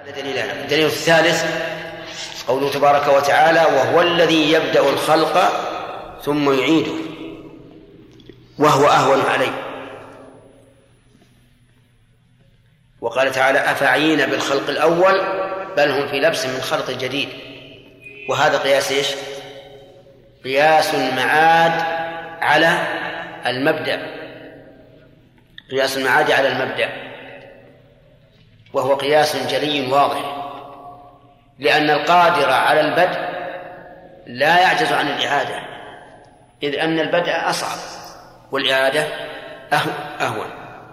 الدليل الثالث قوله تبارك وتعالى: وهو الذي يبدأ الخلق ثم يعيده وهو أهون عليه. وقال تعالى: أفعينا بالخلق الأول بل هم في لبس من خلق جديد. وهذا قياس إيش؟ قياس المعاد على المبدأ، قياس المعاد على المبدأ، وهو قياس جلي واضح، لأن القادر على البدء لا يعجز عن الإعادة، إذ أن البدء أصعب والإعادة أهون.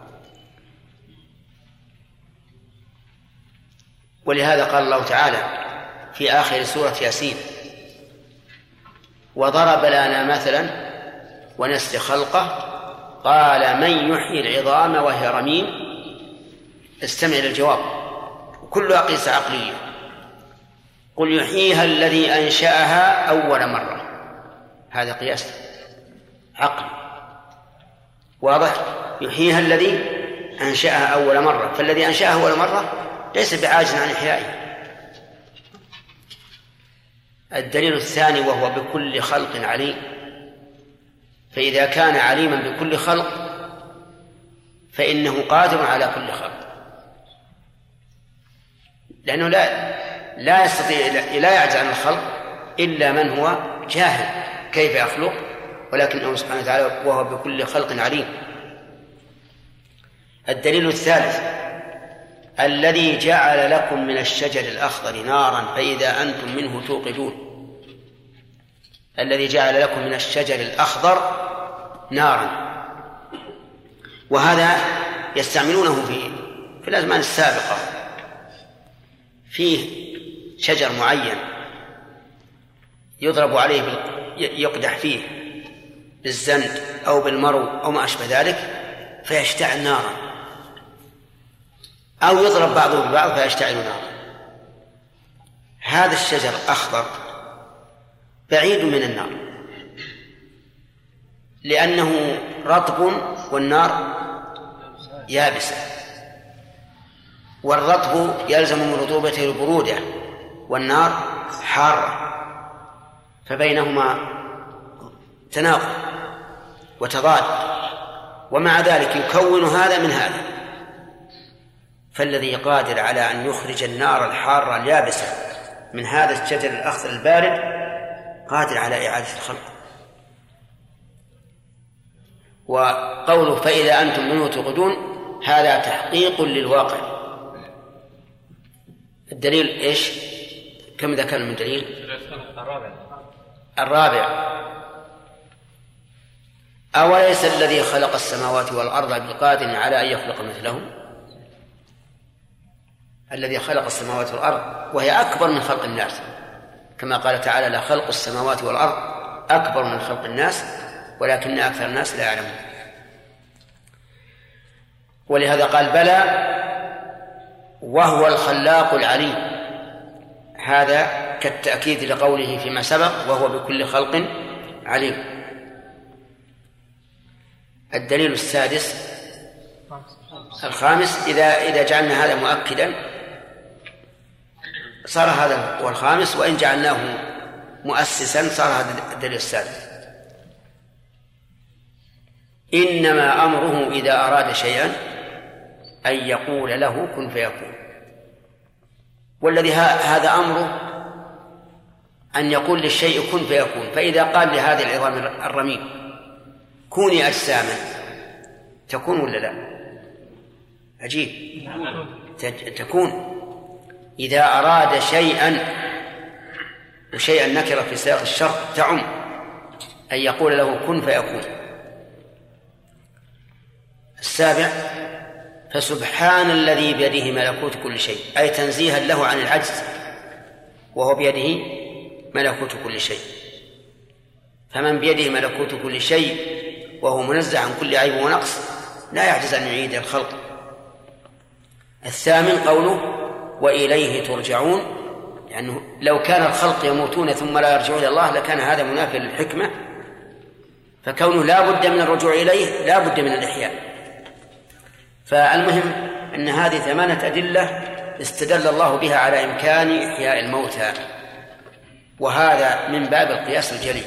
ولهذا قال الله تعالى في آخر سورة ياسين: وضرب لنا مثلا ونسي خلقه قال من يحيي العظام وهي رميم. استمع للجواب، وكلها قياس عقلية. قل يحييها الذي أنشأها أول مرة. هذا قياس عقلي واضح. يحييها الذي أنشأها أول مرة، فالذي أنشأها أول مرة ليس بعاجز عن إحيائه. الدليل الثاني: وهو بكل خلق عليم. فإذا كان عليما بكل خلق فإنه قادر على كل خلق، لأنه لا يستطيع، لا يعجز عن الخلق إلا من هو جاهل كيف يخلق، ولكنه سبحانه وتعالى وهو بكل خلق عليم. الدليل الثالث: الذي جعل لكم من الشجر الأخضر نارا فإذا أنتم منه توقدون. الذي جعل لكم من الشجر الأخضر نارا، وهذا يستعملونه في الأزمان السابقة. فيه شجر معين يضرب عليه يقدح فيه بالزند أو بالمرو أو ما أشبه ذلك فيشتعل نارا، أو يضرب بعضه ببعض فيشتعل نارا. هذا الشجر الأخضر بعيد من النار لأنه رطب والنار يابسة، والرطب يلزم من رطوبته البرودة والنار حارة، فبينهما تناقض وتضاد، ومع ذلك يكون هذا من هذا. فالذي قادر على أن يخرج النار الحارة اليابسة من هذا الشجر الأخضر البارد قادر على إعادة الخلق. وقوله فإذا أنتم منه توقدون هذا تحقيق للواقع. الدليل إيش؟ كم ذكر من دليل؟ الرابع: أوليس الذي خلق السماوات والأرض بقادر على أن يخلق مثلهم؟ الذي خلق السماوات والأرض وهي أكبر من خلق الناس، كما قال تعالى: لخلق السماوات والأرض أكبر من خلق الناس ولكن أكثر الناس لا يعلمون. ولهذا قال: بلى وهو الخلاق العليم. هذا كالتأكيد لقوله فيما سبق: وهو بكل خلق عليم. الدليل السادس الخامس: إذا جعلنا هذا مؤكدا صار هذا هو الخامس، وإن جعلناه مؤسسا صار هذا الدليل السادس. إنما أمره إذا أراد شيئا أن يقول له كن فيكون. والذي هذا أمره أن يقول للشيء كن فيكون، فإذا قال لهذه العظام الرميم كوني أجساما تكون ولا لا؟ عجيب، تكون. إذا أراد شيئا، وشيئا نكرة في سياق الشرط تعم، أن يقول له كن فيكون. السابع: فسبحان الذي بيده ملكوت كل شيء، أي تنزيها له عن العجز، وهو بيده ملكوت كل شيء. فمن بيده ملكوت كل شيء وهو منزه عن كل عيب ونقص لا يعجز أن يعيد الخلق. الثامن قوله وإليه ترجعون، لأنه لو كان الخلق يموتون ثم لا يرجعون إلى الله لكان هذا منافي للحكمة، فكونه لا بد من الرجوع إليه لا بد من الإحياء. فالمهم أن هذه 8 أدلة استدل الله بها على إمكان إحياء الموتى، وهذا من باب القياس الجلي.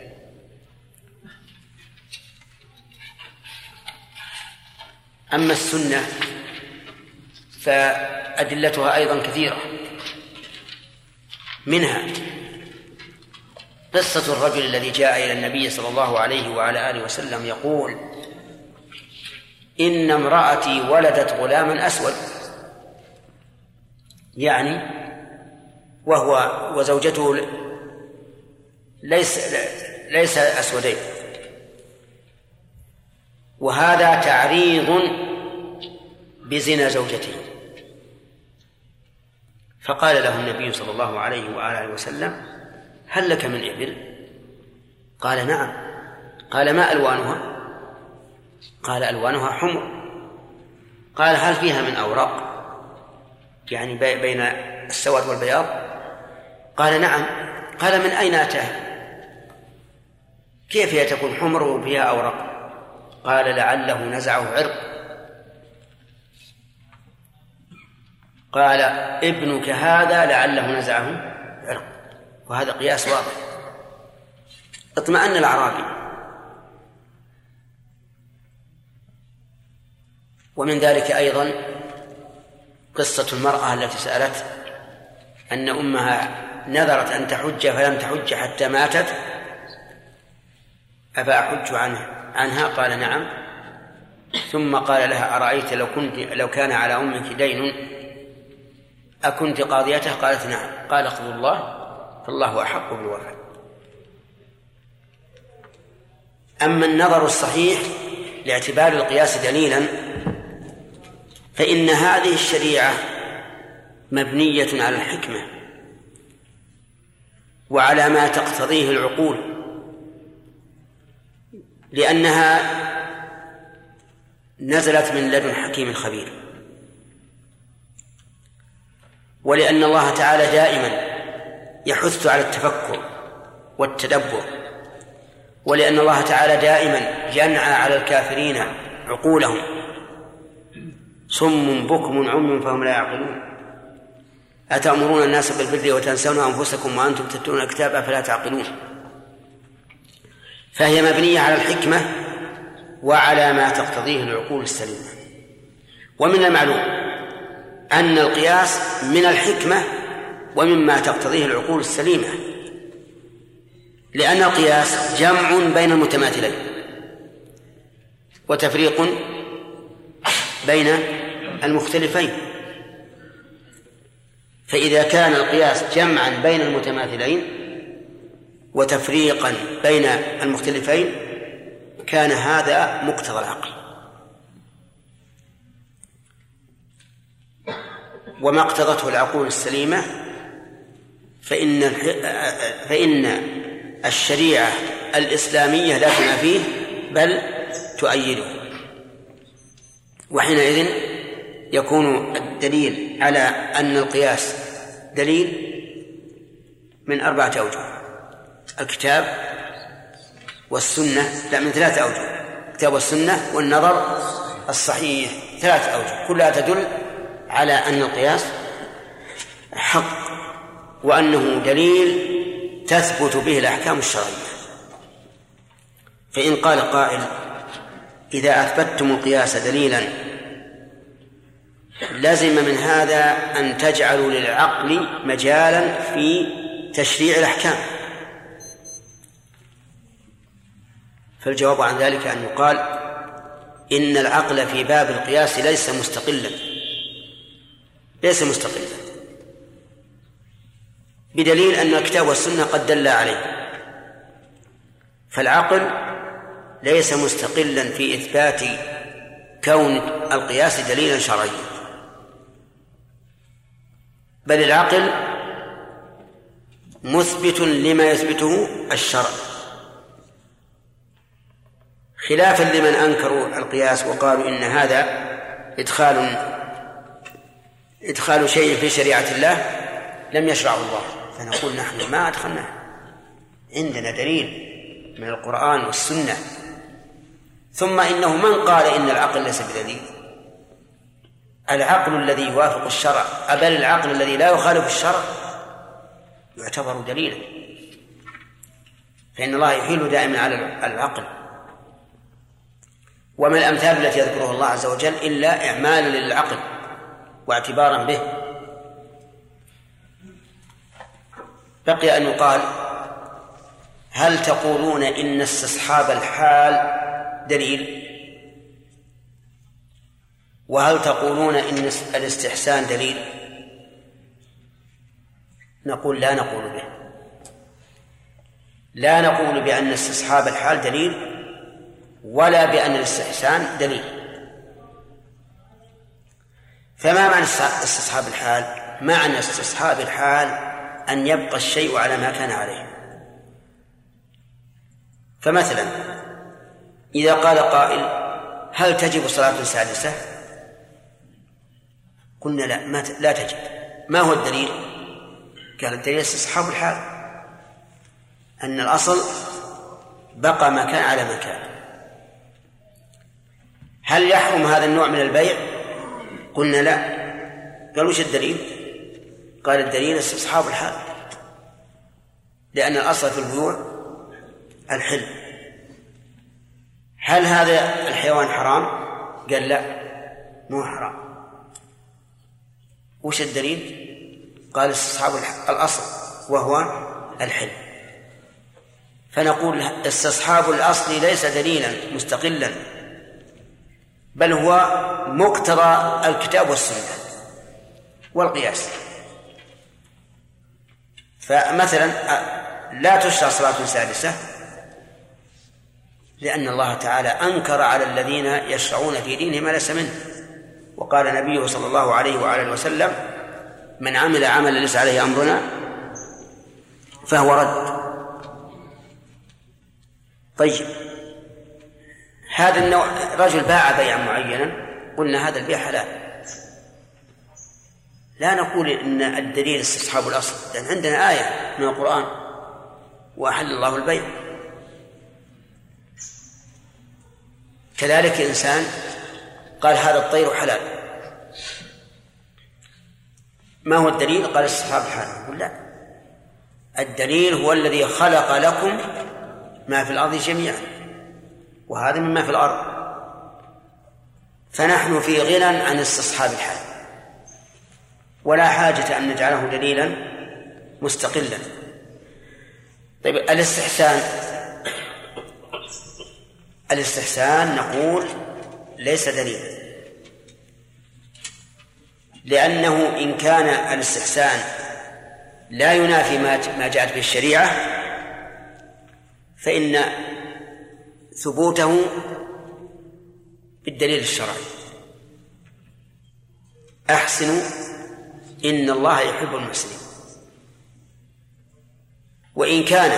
أما السنة فأدلتها أيضا كثيرة، منها قصة الرجل الذي جاء إلى النبي صلى الله عليه وعلى آله وسلم يقول: إن امرأتي ولدت غلاما أسود، يعني وهو وزوجته ليس أسودين، وهذا تعريض بزنا زوجته. فقال له النبي صلى الله عليه وآله وسلم: هل لك من إبل؟ قال: نعم. قال: ما ألوانها؟ قال: ألوانها حمر. قال: هل فيها من أوراق، يعني بين السواد والبياض؟ قال: نعم. قال: من أين أتاها؟ كيف هي تكون حمر وفيها أوراق؟ قال: لعله نزعه عرق. قال: ابنك هذا لعله نزعه عرق. وهذا قياس واضح. اطمأن الأعرابي. ومن ذلك أيضا قصة المرأة التي سألت أن أمها نذرت أن تحج فلم تحج حتى ماتت، أفأحج عنها؟ قال: نعم. ثم قال لها: أرأيت لو كان على أمك دين أكنت قاضيته؟ قالت: نعم. قال: اقضوا الله فالله أحق بالوفاء. أما النظر الصحيح لاعتبار القياس دليلا، فإن هذه الشريعة مبنية على الحكمة وعلى ما تقتضيه العقول، لأنها نزلت من لدن حكيم خبير، ولأن الله تعالى دائما يحث على التفكر والتدبر، ولأن الله تعالى دائما ينعى على الكافرين عقولهم: صم بكم عمي فهم لا يعقلون، أتأمرون الناس بالبر وتنسون أنفسكم وأنتم تتلون الكتاب أفلا تعقلون. فهي مبنية على الحكمة وعلى ما تقتضيه العقول السليمة. ومن المعلوم أن القياس من الحكمة ومما تقتضيه العقول السليمة، لأن القياس جمع بين المتماثلين وتفريق بين المختلفين. فإذا كان القياس جمعا بين المتماثلين وتفريقا بين المختلفين كان هذا مقتضى العقل. وما اقتضته العقول السليمة فإن الشريعة الإسلامية لا تنافيه بل تؤيده، وحينئذ يكون الدليل على أن القياس دليل من 4 أوجه: الكتاب والسنة، لا، من 3 أوجه: الكتاب والسنة والنظر الصحيح، 3 أوجه كلها تدل على أن القياس حق وأنه دليل تثبت به الأحكام الشرعية. فإن قال قائل: إذا أثبتتم القياس دليلا لازم من هذا أن تجعلوا للعقل مجالا في تشريع الأحكام، فالجواب عن ذلك أن يقال: إن العقل في باب القياس ليس مستقلا، بدليل أن الكتاب والسنة قد دل عليه. فالعقل ليس مستقلا في إثبات كون القياس دليلا شرعيا، بل العقل مثبت لما يثبته الشرع، خلافا لمن أنكروا القياس وقالوا إن هذا إدخال شيء في شريعة الله لم يشرعه الله. فنقول: نحن ما أدخلناه، عندنا دليل من القرآن والسنة. ثم إنه من قال إن العقل ليس بدليل؟ العقل الذي يوافق الشرع بل العقل الذي لا يخالف الشرع يعتبر دليلا، فإن الله يحيل دائما على العقل. وما الأمثال التي يذكرها الله عز وجل إلا إعمالا للعقل واعتبارا به. بقي أن يقال: هل تقولون إن استصحاب الحال دليل؟ وهل تقولون إن الاستحسان دليل؟ نقول: لا نقول به، لا نقول بأن استصحاب الحال دليل ولا بأن الاستحسان دليل. فما معنى استصحاب الحال؟ معنى استصحاب الحال أن يبقى الشيء على ما كان عليه. فمثلا إذا قال قائل: هل تجب صلاة سادسة؟ قلنا: لا تجب. ما هو الدليل؟ قال: الدليل استصحاب الحال، أن الأصل بقى مكان على مكان. هل يحرم هذا النوع من البيع؟ قلنا: لا. قال: وش الدليل؟ قال: الدليل استصحاب الحال، لأن الأصل في البيوع الحل. هل هذا الحيوان حرام؟ قال: لا، مو حرام. وش الدليل؟ قال: استصحاب الأصل وهو الحل. فنقول: استصحاب الأصل ليس دليلا مستقلا، بل هو مقتضى الكتاب والسنة والقياس. فمثلا لا تشرع صلاة سادسة لأن الله تعالى أنكر على الذين يشرعون في دينه ما ليس منه، وقال نبيه صلى الله عليه وعلى وسلم: من عمل عملا ليس عليه أمرنا فهو رد. طيب، هذا النوع رجل باع بيعا معينا، قلنا هذا البيع حلال، لا نقول إن الدليل استصحاب الأصل، لأن عندنا آية من القرآن: وأحل الله البيع. كذلك إنسان قال: هذا الطير حلال، ما هو الدليل؟ قال: استصحاب الحال. لا، الدليل هو الذي خلق لكم ما في الأرض جميعا، وهذا مما في الأرض، فنحن في غنى عن استصحاب الحال، ولا حاجة أن نجعله دليلا مستقلا. طيب، الاستحسان نقول ليس دليلا، لأنه إن كان الاستحسان لا ينافي ما جاءت به الشريعة فإن ثبوته بالدليل الشرعي. أحسنوا إن الله يحب المحسنين. وإن كان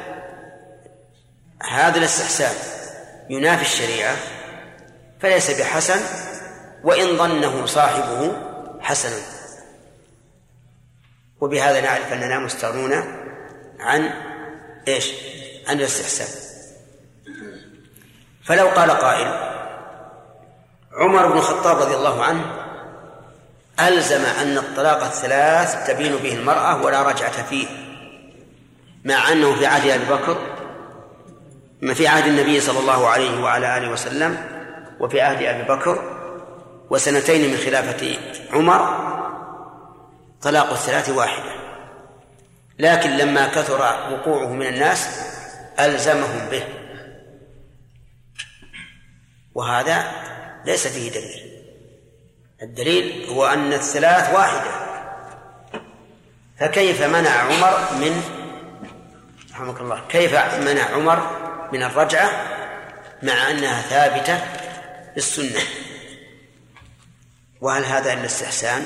هذا الاستحسان ينافي الشريعة فليس بحسن، وإن ظنه صاحبه حسنا. وبهذا نعرف أننا مستغنون عن عن الاستحسان. فلو قال قائل: عمر بن الخطاب رضي الله عنه ألزم أن الطلاق الثلاث تبين به المرأة ولا رجعة فيه، مع أنه في عهد أبي بكر، ما في عهد النبي صلى الله عليه وعلى آله وسلم، وفي عهد أبي بكر وسنتين من خلافة عمر طلاق الثلاث واحدة، لكن لما كثر وقوعه من الناس ألزمهم به، وهذا ليس فيه دليل. الدليل هو أن الثلاث واحدة، فكيف منع عمر من رحمك الله كيف منع عمر من الرجعة مع أنها ثابتة بالسنة؟ وهل هذا إلا استحسان؟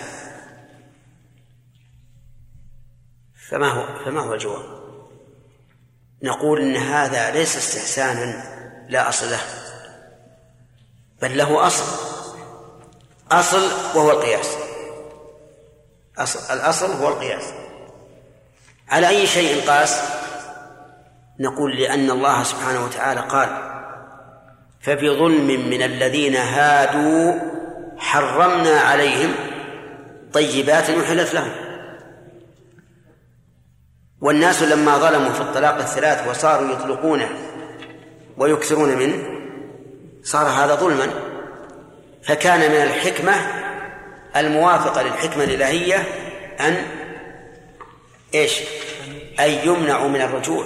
فما هو الجواب؟ نقول إن هذا ليس استحسانا لا أصل له، بل له أصل وهو القياس. الأصل هو القياس. على أي شيء قاس؟ نقول لأن الله سبحانه وتعالى قال: فبظلم من الذين هادوا حرمنا عليهم طيبات أحلت لهم. والناس لما ظلموا في الطلاق الثلاث وصاروا يطلقونه ويكثرون منه صار هذا ظلما، فكان من الحكمة الموافقة للحكمة الإلهية أن يمنعوا من الرجوع،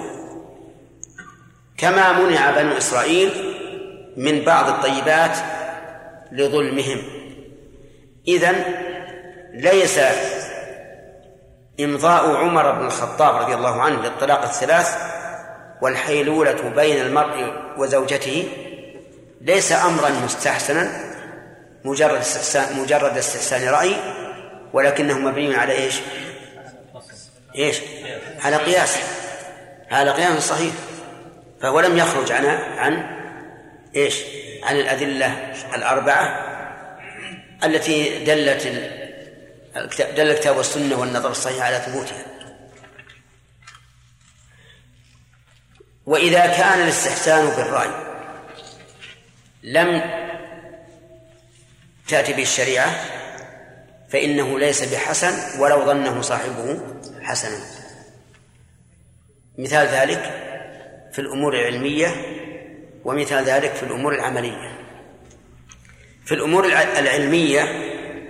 كما منع بنو إسرائيل من بعض الطيبات لظلمهم. إذن ليس إمضاء عمر بن الخطاب رضي الله عنه للطلاق الثلاث والحيلولة بين المرء وزوجته ليس أمرا مستحسنا مجرد استحسان رأي، ولكنه مبني على على قياس صحيح، فهو لم يخرج عن الأدلة الأربعة التي دل الكتاب والسنة والنظر الصحيح على ثبوتها. وإذا كان الاستحسان بالرأي لم تأتي بالشريعة فإنه ليس بحسن ولو ظنه صاحبه حسنا. مثال ذلك في الأمور العلمية، ومثال ذلك في الأمور العملية. في الأمور العلمية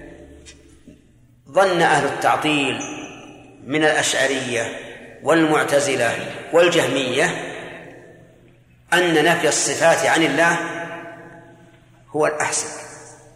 ظن أهل التعطيل من الأشعرية والمعتزلة والجهمية أن نفي الصفات عن الله هو الأحسن،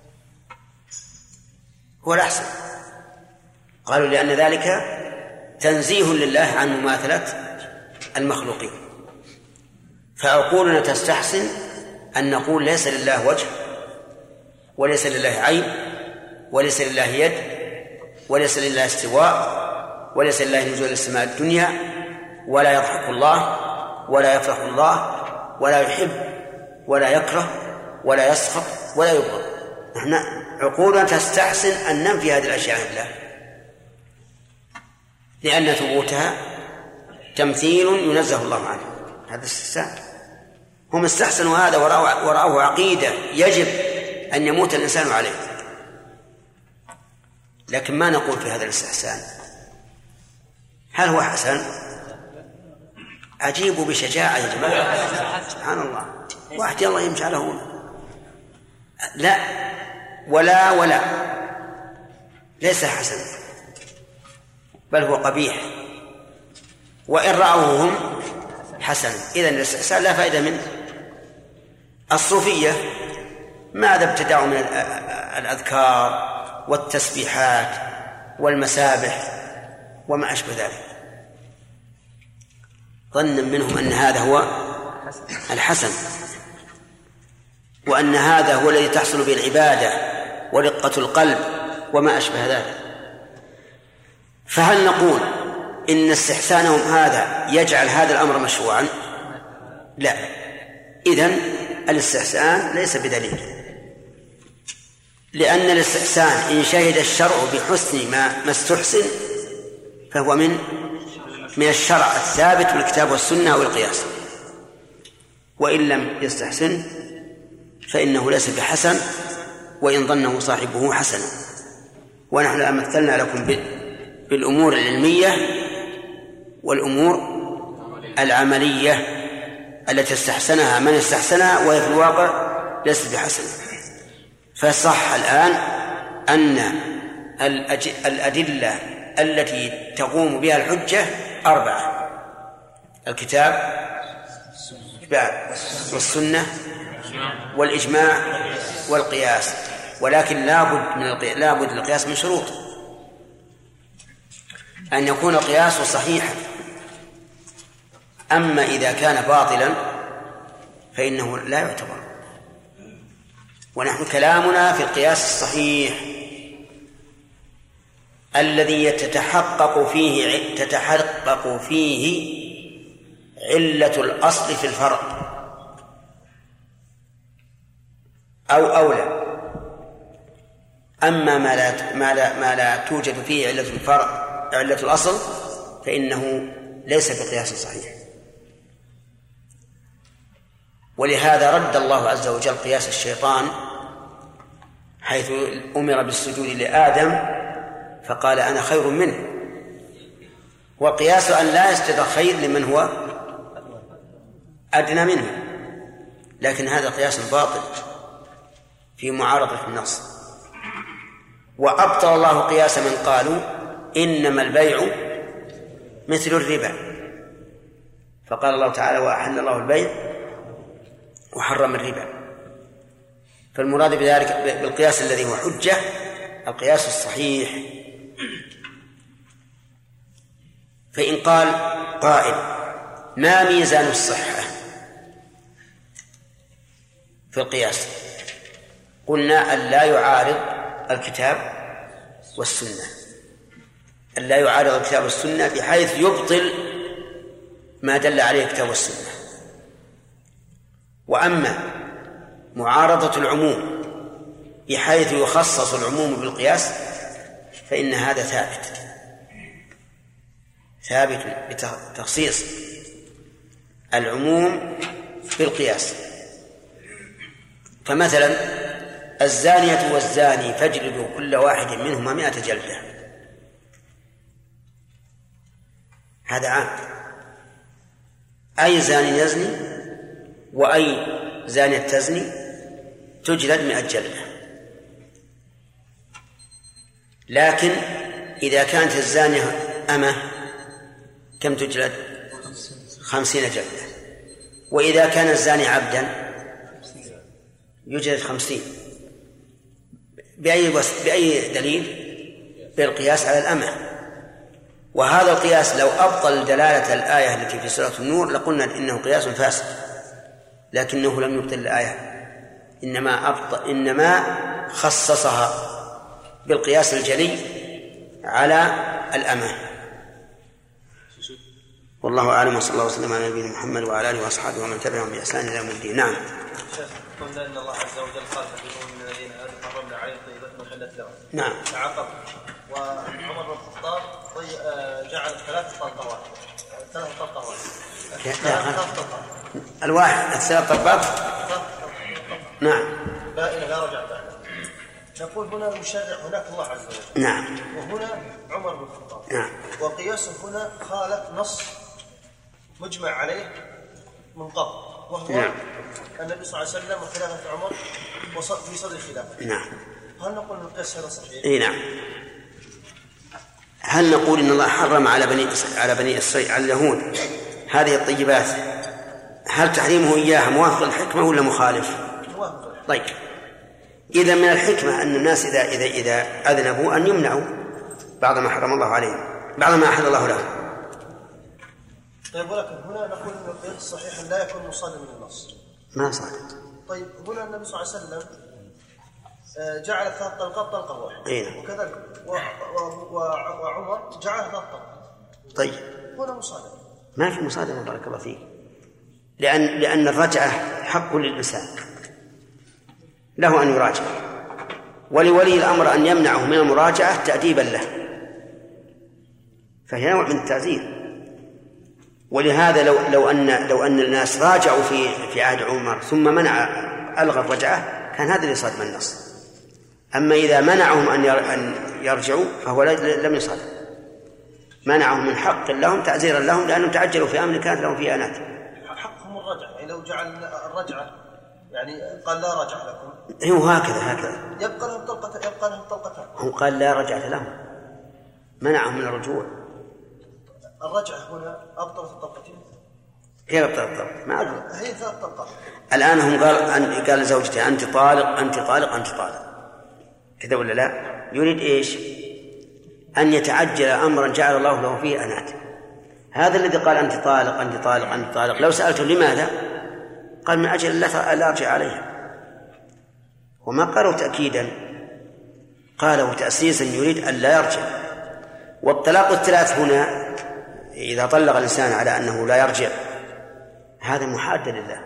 قالوا لأن ذلك تنزيه لله عن مماثلة المخلوقين. فعقولنا تستحسن أن نقول ليس لله وجه، وليس لله عين، وليس لله يد، وليس لله استواء، وليس لله نزول السماء الدنيا، ولا يضحك الله، ولا يفرح الله، ولا يحب، ولا يكره، ولا يسخط، ولا يبغض. نحن عقولنا تستحسن أن ننفي هذه الأشياء عن الله، لأن ثبوتها تمثيل ينزه الله عنه. هذا استحسان، هم استحسنوا هذا ورأوه عقيدة يجب أن يموت الإنسان عليه. لكن ما نقول في هذا الاستحسان هل هو حسن؟ أجيبوا بشجاعة يا جماعة، سبحان الله، واحد الله يمشي على هون. لا ولا ليس حسن، بل هو قبيح، وإن رأوه هم حسن. إذن الاستحسان لا فائدة منه. الصوفية ماذا ابتدعوا من الأذكار والتسبيحات والمسابح وما أشبه ذلك، ظنا منهم أن هذا هو الحسن، وأن هذا هو الذي تحصل به العبادة ورقة القلب وما أشبه ذلك. فهل نقول إن استحسانهم هذا يجعل هذا الأمر مشروعا؟ لا. إذن الاستحسان ليس بدليل، لأن الاستحسان إن شهد الشرع بحسن ما استحسن فهو من الشرع الثابت بالكتاب والسنة والقياس، وإن لم يستحسن فإنه ليس بحسن وإن ظنه صاحبه حسنا. ونحن الآن مثلنا لكم بالأمور العلمية والأمور العملية التي استحسنها من استحسنها وهي في الواقع ليست بحسنة. فصح الآن أن الأدلة التي تقوم بها الحجة 4: الكتاب والسنة والإجماع والقياس. ولكن لابد للقياس من شروط: أن يكون القياس صحيحا، أما إذا كان باطلا فإنه لا يعتبر. ونحن كلامنا في القياس الصحيح الذي تتحقق فيه علة الأصل في الفرع أو أولى. أما ما لا توجد فيه علة الفرع علة الأصل فإنه ليس بقياس صحيح. ولهذا رد الله عز وجل قياس الشيطان حيث أمر بالسجود لآدم فقال أنا خير منه، والقياس أن لا يسجد خير لمن هو أدنى منه، لكن هذا قياس باطل في معارضة النص. وأبطل الله قياس من قالوا إنما البيع مثل الربا، فقال الله تعالى وأحل الله البيع وحرم الربا. فالمراد بذلك بالقياس الذي هو حجة القياس الصحيح. فإن قال قائل ما ميزان الصحة في القياس؟ قلنا أن لا يعارض الكتاب والسنة، أن لا يعارض الكتاب والسنة بحيث يبطل ما دل عليه الكتاب والسنة. وأما معارضة العموم بحيث يخصص العموم بالقياس فإن هذا ثابت بتخصيص العموم بالقياس. فمثلا الزانية والزاني فاجلدوا كل واحد منهما 100 جلدة، هذا عام، أي زاني يزني وأي زانية تزني تجلد 100 جلدة. لكن إذا كانت الزانية أمة كم تجلد؟ 50 جلدة. وإذا كان الزاني عبدا يجلد 50. بأي دليل؟ بالقياس على الأمة. وهذا القياس لو أبطل دلالة الآية التي في سورة النور لقلنا إنه قياس فاسد، لكنه لم يبطل الآية، إنما خصصها بالقياس الجلي على الأمة. والله أعلم، وصلى الله وسلم على نبينا محمد وعلى آله وأصحابه ومن تبعهم بإحسان إلى يوم الدين. نعم. قلنا أن الله عز وجل قال من الذين حرمنا عليهم طيبات محلت لهم. نعم. تعاقب. وعمر بن الخطاب جعل 3 طلقات. 3 طلقات. الواحد 3 طلقات. نعم. بائن لا رجع بعد. نقول هنا المشرع هناك الله عز وجل. نعم. وهنا عمر بن الخطاب. نعم. وقياس هنا خالف نص مجمع عليه من قبل، وهو نعم. النبي صلى الله عليه وسلم وخلافة عمر في صدر الخلافة. نعم. هل نقول القياس هذا صحيح؟ اي نعم. هل نقول ان الله حرم على بني إسرائيل على اليهود هذه الطيبات، هل تحريمه اياها موافق الحكمه ولا مخالف؟ موافق. طيب، اذا من الحكمه ان الناس اذا اذنبوا ان يمنعوا بعض ما حرم الله عليهم، بعض ما احل الله لهم. طيب، ولكن هنا نقول ان القياس الصحيح لا يكون مصادم من النص. ما صادق. طيب، هنا النبي صلى الله عليه وسلم جعل 3 طلقات طلقة واحدة. أيه. وكذلك وعمر جعل 3 طلقات. طيب، هنا مصادمة. ما في مصادمة بارك الله فيك، لأن الرجعة حق للإنسان، له أن يراجع، ولولي الأمر أن يمنعه من المراجعة تأديبا له، فهي نوع من التعزير. ولهذا لو أن الناس راجعوا في عهد عمر ثم ألغى الرجعة كان هذا اللي صادم النص. أما إذا منعهم أن يرجعوا فهو لم يصادم، منعهم من حق لهم تعزيرا لهم لأنهم تعجلوا في أمر كانت لهم فيه أنات. حقهم الرجعة، يعني لو جعل الرجعة يعني قال لا رجع لكم، هو هكذا يبقى لهم طلقتان. هم قال لا رجعة لهم، منعهم من الرجوع. الرجعة هنا أبطلت الطلقتين. كيف أبطلت؟ ما أبطل. هي 3 طلقات. الآن هم قال لزوجته أنت طالق أنت طالق أنت طالق، كذا ولا لا؟ يريد إيش؟ أن يتعجل أمرا جعل الله له فيه أنات. هذا الذي قال أنت طالق أنت طالق أنت طالق لو سألته لماذا قال من أجل لا أرجع عليها، وما قالوا تأكيدا، قالوا تأسيسا يريد أن لا يرجع. والطلاق الثلاث هنا إذا طلق الإنسان على أنه لا يرجع هذا محاد لله،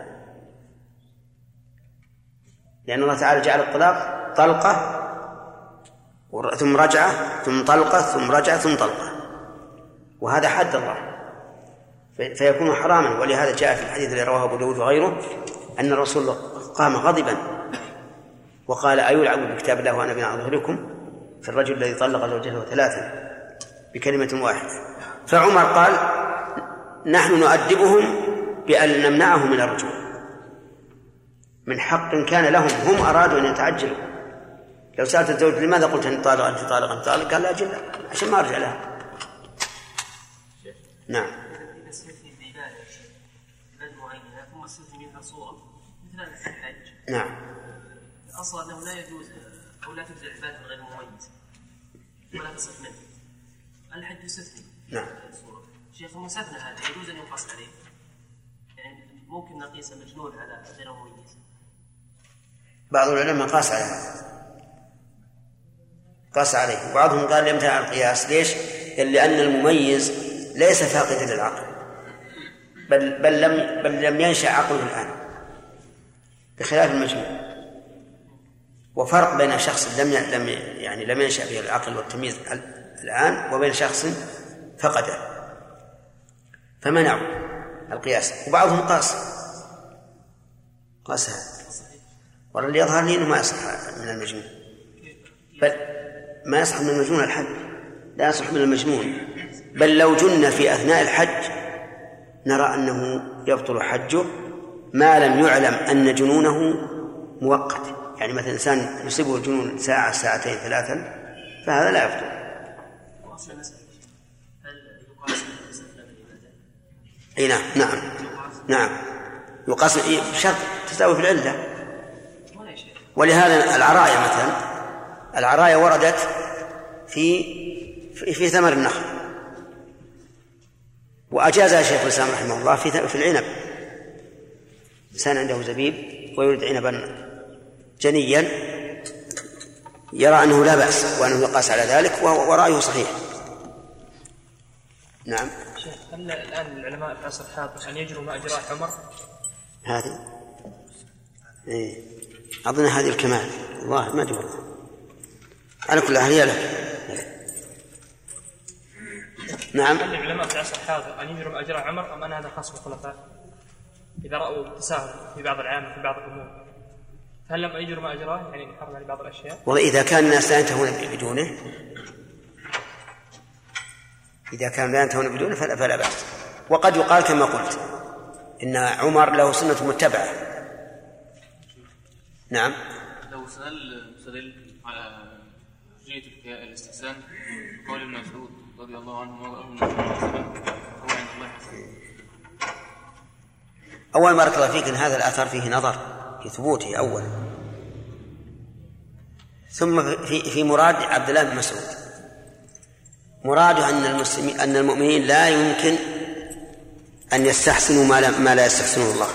لأن الله تعالى جعل الطلاق طلقة ثم رجعة ثم طلقة ثم رجعة ثم طلقة، وهذا حد الله فيكون حراما. ولهذا جاء في الحديث الذي رواه أبو داود وغيره أن الرسول قام غضبا وقال أيلعب بكتاب الله وأنا بين أظهركم في الرجل الذي طلق زوجته 3 بكلمة واحدة. فعمر قال نحن نؤدبهم بأن نمنعهم من الرجوع، من حق كان لهم، هم أرادوا أن يتعجلوا. لو سألت الزوج لماذا قلت أنت طالق أنت طالق أنت طالق، قال لا أجل عشان ما أرجع لها. نعم. إذا استثني بعبادة معينة ثم استثني منها صورة مثل الحج. نعم. الأصل أنه لا يجوز أو لا تجزي العبادة غير مميز ولا تصف منه. الحج يستثني. نعم. شيخ المستثنى هذا يجوز أن يقاس عليه، يعني ممكن نقيس مجنون على غير مميز. بعض العلماء قاس عليه، وبعضهم قال يمتنع القياس. ليش؟ لأن المميز ليس فاقدا للعقل، بل لم ينشأ عقله الآن، بخلاف المجنون. وفرق بين شخص لم ينشأ به العقل والتمييز الآن وبين شخص فقده، فمنعوا القياس. وبعضهم قاس هذا، والذي يظهر لي أنه ما يصح من المجنون، بل ما يصح من المجنون الحج، لا يصح من المجنون. بل لو جن في أثناء الحج نرى أنه يبطل حجه ما لم يعلم أن جنونه مؤقت. يعني مثلا إنسان يصيبه الجنون ساعة 2 3 فهذا لا يبطل. أي نعم يقاس بشرط تساوي في العلة. ولهذا العرايا وردت في ثمر النخل، وأجازها شيخ الإسلام رحمه الله في العنب. إنسان عنده زبيب ويريد عنبا جنيا يرى أنه لا بأس وأنه يقاس على ذلك، ورأيه صحيح. نعم. هل الآن العلماء في عصر الحاضر أن يجروا ما أجراه عمر؟ هذه أظن هذه الكمال، والله ما أدري على كل أهلية له. نعم. هل العلماء في عصر الحاضر أن يجروا ما أجراه عمر أم أن هذا خاص بالخلفاء إذا رأوا تساهل في بعض العام في بعض الأمور؟ هل لم يجروا ما أجراه يعني نحرم على بعض الأشياء؟ والله إذا كان الناس لا ينتهون بدونه، إذا كان لا ينتهون بدونه فلا بأس. وقد يقال كما قلت إن عمر له سنة متبعة. نعم. لو سأل على جية الاستحسان قول ابن مسعود رضي الله عنه هو عند الله حسن. أول بارك الله فيك إن هذا الأثر فيه نظر في ثبوته أولا، ثم في مراد عبد الله بن مسعود. مراده أن المؤمنين لا يمكن أن يستحسنوا ما لا يستحسنه الله،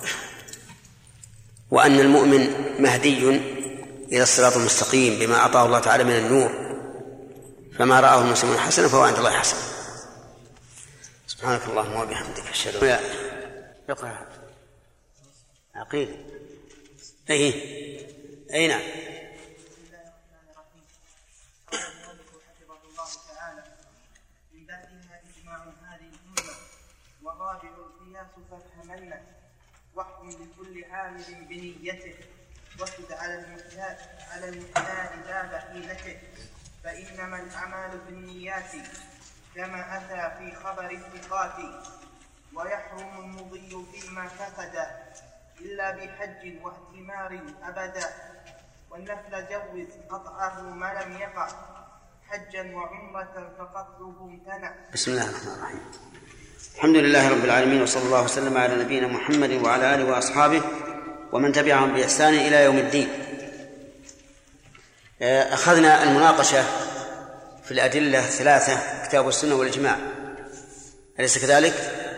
وأن المؤمن مهدي إلى الصراط المستقيم بما أعطاه الله تعالى من النور، فما رآه المسلمون حسنا فهو عند الله حسن. سبحانك اللهم وبحمدك أشهد أن لا إله إلا أنت يقرأ عقيل. أي نعم. واحكم لكل عامل بنيته واشهد على المحتاج لا بحيلته، فإنما الأعمال بالنيات كما أتى في خبر الثقات، ويحرم المضي فيما فسد إلا بحج واعتمار أبدا، والنفل جوز قطعه ما لم يقع حجا وعمرة فقطعه امتنع. بسم الله الرحمن الرحيم. الحمد لله رب العالمين، وصلى الله وسلم على نبينا محمد وعلى آله وأصحابه ومن تبعهم بإحسان إلى يوم الدين. أخذنا المناقشة في الأدلة 3 كتاب والسنة والإجماع، أليس كذلك؟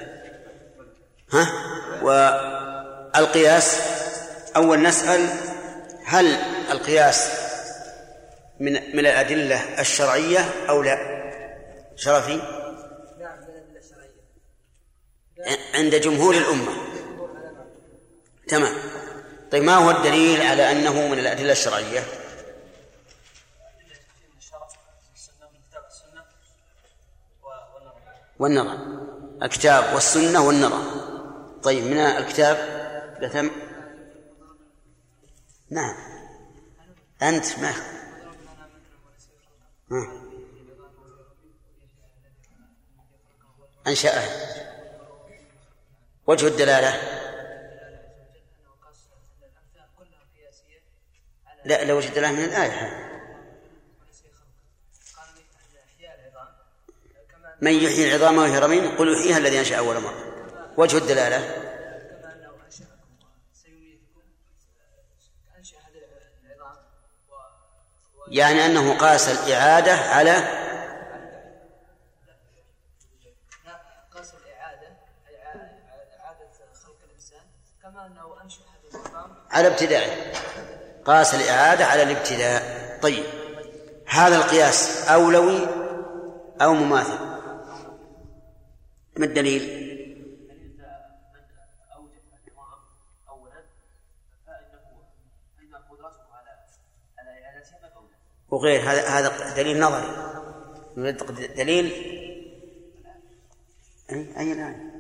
والقياس أول نسأل هل القياس من الأدلة الشرعية أو لا؟ شرفي عند جمهور الأمة. تمام. طيب ما هو الدليل على أنه من الأدلة الشرعية؟ والنظر. الكتاب والسنة والنظر. طيب من الكتاب نعم أنت ما أنشأها. وجه الدلالة لا، لو وجه الدلالة من الآية من يحيي العظام وهي رميم قل يحييها الذي أنشأ أول مرة. وجه الدلالة يعني أنه قاس الإعادة على على ابتداء، قاس الإعادة على الابتداء. طيب، هذا القياس أولوي أو مماثل؟ ما الدليل؟ وغير هذا دليل نظري. دليل أي الآن؟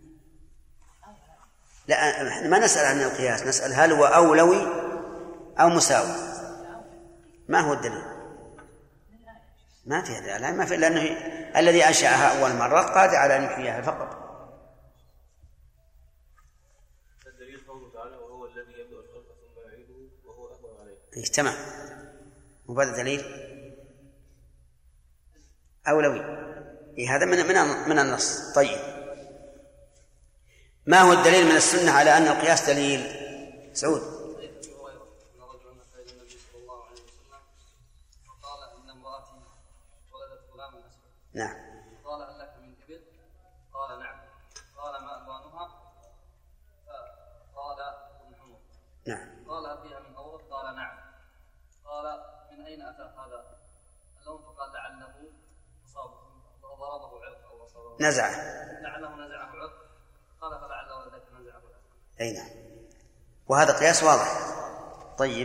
لا، ما نسأل عن القياس، نسأل هل هو أولوي أو مساوي. ما هو الدليل؟ ما فيه دليل، ما فيه، لأنه الذي أنشأها أول مرة قادر على أن يحييها فقط. الدليل قوله تعالى وهو الذي يبدأ الخلق ثم يعيده وهو أهون عليه. تمام. وهذا دليل أولوي. هذا من النص. طيب، ما هو الدليل من السنة على أن القياس دليل؟ سعود. نعم. قال هل لك من إبل؟ قال نعم. قال ما ألوانها؟ قال ابن حمر. نعم. قال هل فيها من أورق؟ قال نعم. قال من أين أتى هذا اللون؟ فقال لعله صابه وضربه عرق أو صابه نزعه. لعله نزعه عرق. قال فلعله ذلك نزعه عرق. أي نعم. وهذا قياس واضح. طيب،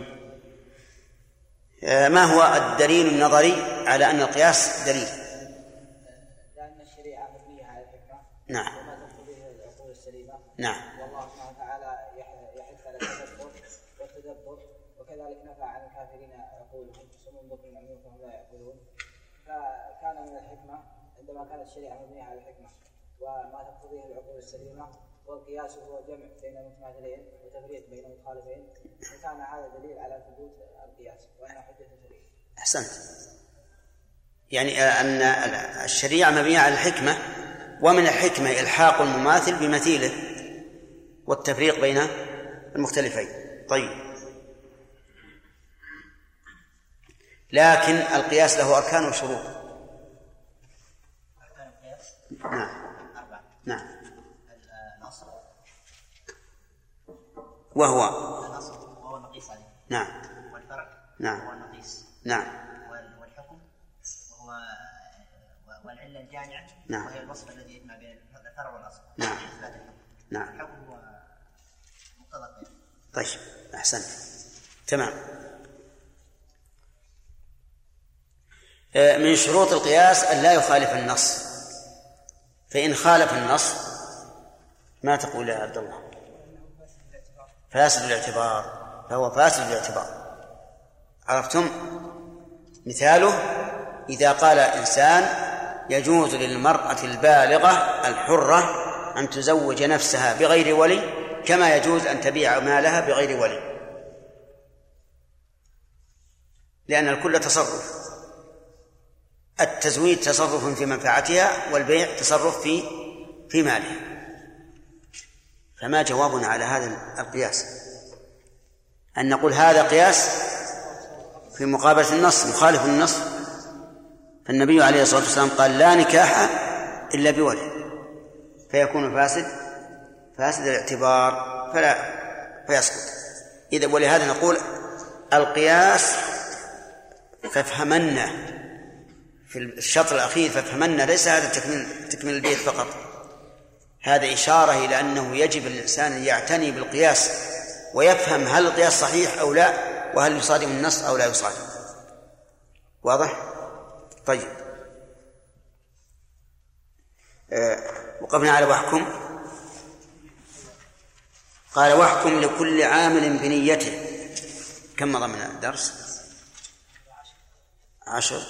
ما هو الدليل النظري على أن القياس دليل؟ لأن الشريعة مبنية على الحكمة. نعم. وما تقتضيه العقول السليمة. نعم. والله سبحانه وتعالى يحث على التفكر والتدبر، وكذلك نفى عن الكافرين عقولهم صم بكم عميون فهم لا يعقلون. فكان من الحكمة عندما كانت الشريعة مبنية على الحكمة وما تقتضيه العقول السليمة، والقياس هو جمع بين المتماثلين وتفريق بين المخالفين، وكان هذا دليل على ثبوت القياس وأنه حجة شرعية. أحسنت. يعني أن الشريعة مبنية على الحكمة، ومن الحكمة إلحاق المماثل بمثيله والتفريق بين المختلفين. طيب، لكن القياس له أركان وشروط. أركان القياس نعم. 4. نعم. الأصل وهو النقيس عليه. نعم. والفرع نعم. هو النقيس. نعم. والحكم وهو والعلة الجامعة. نعم. وهي الوصف الذي يجمع بين الفرع والأصل. نعم. نعم. الحكم هو مقتضى. طيب، أحسنت. تمام. من شروط القياس أن لا يخالف النص، فإن خالف النص ما تقول يا عبد الله؟ فاسد الاعتبار، فهو فاسد الاعتبار. عرفتم؟ مثاله إذا قال إنسان يجوز للمرأة البالغة الحرة أن تزوج نفسها بغير ولي كما يجوز أن تبيع مالها بغير ولي، لأن الكل تصرف. التزويج تصرف في منفعتها، والبيع تصرف في مالها. فما جوابنا على هذا القياس؟ أن نقول هذا قياس في مقابلة النص مخالف للنص. فالنبي عليه الصلاة والسلام قال لا نكاح إلا بولي، فيكون فاسد الاعتبار فيسقط. إذا ولهذا نقول القياس فافهمنا في الشطر الأخير، فافهمنا ليس هذا تكميل البيت فقط، هذا إشارة إلى أنه يجب الإنسان أن يعتني بالقياس ويفهم هل القياس صحيح أو لا، وهل يصادم النص أو لا يصادم. واضح؟ طيب، وقفنا على واحكم. قال واحكم لكل عامل بنيته. كم مضى من الدرس؟ 10.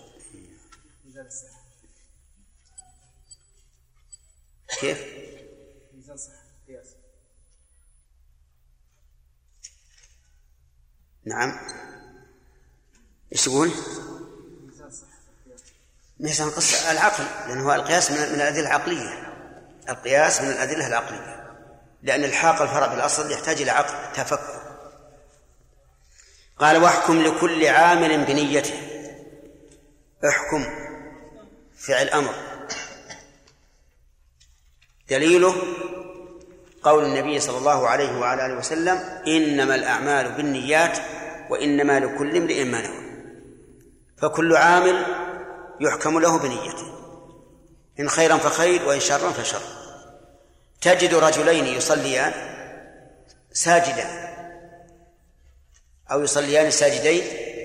كيف؟ نعم. ايش تقول؟ ميزان قصة العقل، لأنه القياس من الأدلة العقلية. القياس من الأدلة العقلية، لأن الحاق الفرع بالأصل يحتاج إلى عقل تفكر. قال واحكم لكل عامل بنيته. احكم فعل أمر، دليله قول النبي صلى الله عليه وعلى آله وسلم إنما الأعمال بالنيات وإنما لكل امرئ ما نوى. فكل عامل يحكم له بنيته، إن خيرا فخير وإن شرا فشر. تجد رجلين يصليان ساجدا أو يصليان ساجدين،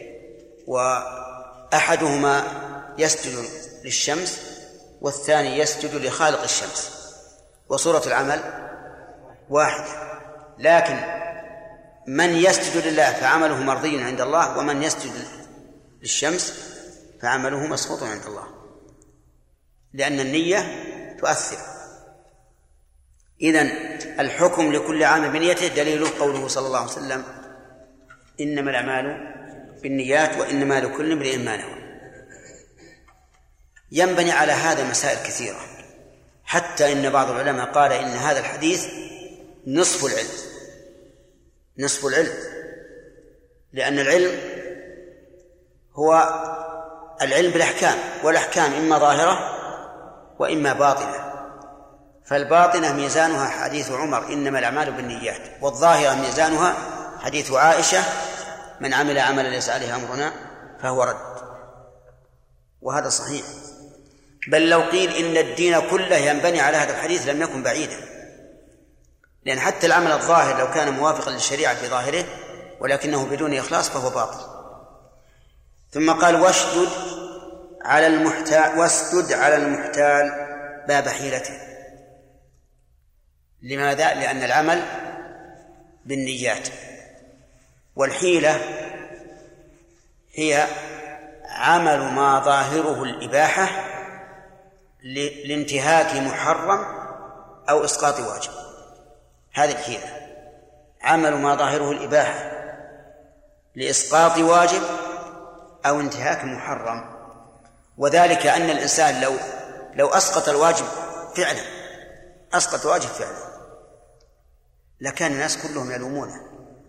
وأحدهما يسجد للشمس والثاني يسجد لخالق الشمس، وصورة العمل واحد، لكن من يسجد لله فعمله مرضي عند الله، ومن يسجد للشمس فعمله مسخوط عند الله، لأن النية تؤثر. إذن الحكم لكل عام بنيته دليله قوله صلى الله عليه وسلم إنما الأعمال بالنيات وإنما لكل امرئ ما نوى. ينبني على هذا مسائل كثيرة، حتى إن بعض العلماء قال إن هذا الحديث نصف العلم، نصف العلم، لأن العلم هو العلم بالأحكام، والأحكام إما ظاهرة وإما باطنة. فالباطنة ميزانها حديث عمر إنما الأعمال بالنيات، والظاهرة ميزانها حديث عائشة من عمل عملا ليس عليه أمرنا فهو رد. وهذا صحيح، بل لو قيل إن الدين كله ينبني على هذا الحديث لم يكن بعيدا، لأن حتى العمل الظاهر لو كان موافقا للشريعة في ظاهره ولكنه بدون إخلاص فهو باطل. ثم قال واسجد على المحتال باب حيلته. لماذا؟ لأن العمل بالنيات، والحيلة هي عمل ما ظاهره الإباحة لانتهاك محرم أو إسقاط واجب. هذه الحيلة، عمل ما ظاهره الإباحة لإسقاط واجب أو انتهاك محرم. وذلك أن الإنسان لو أسقط الواجب فعلا، أسقط واجب فعلا، لكان الناس كلهم يلومونه،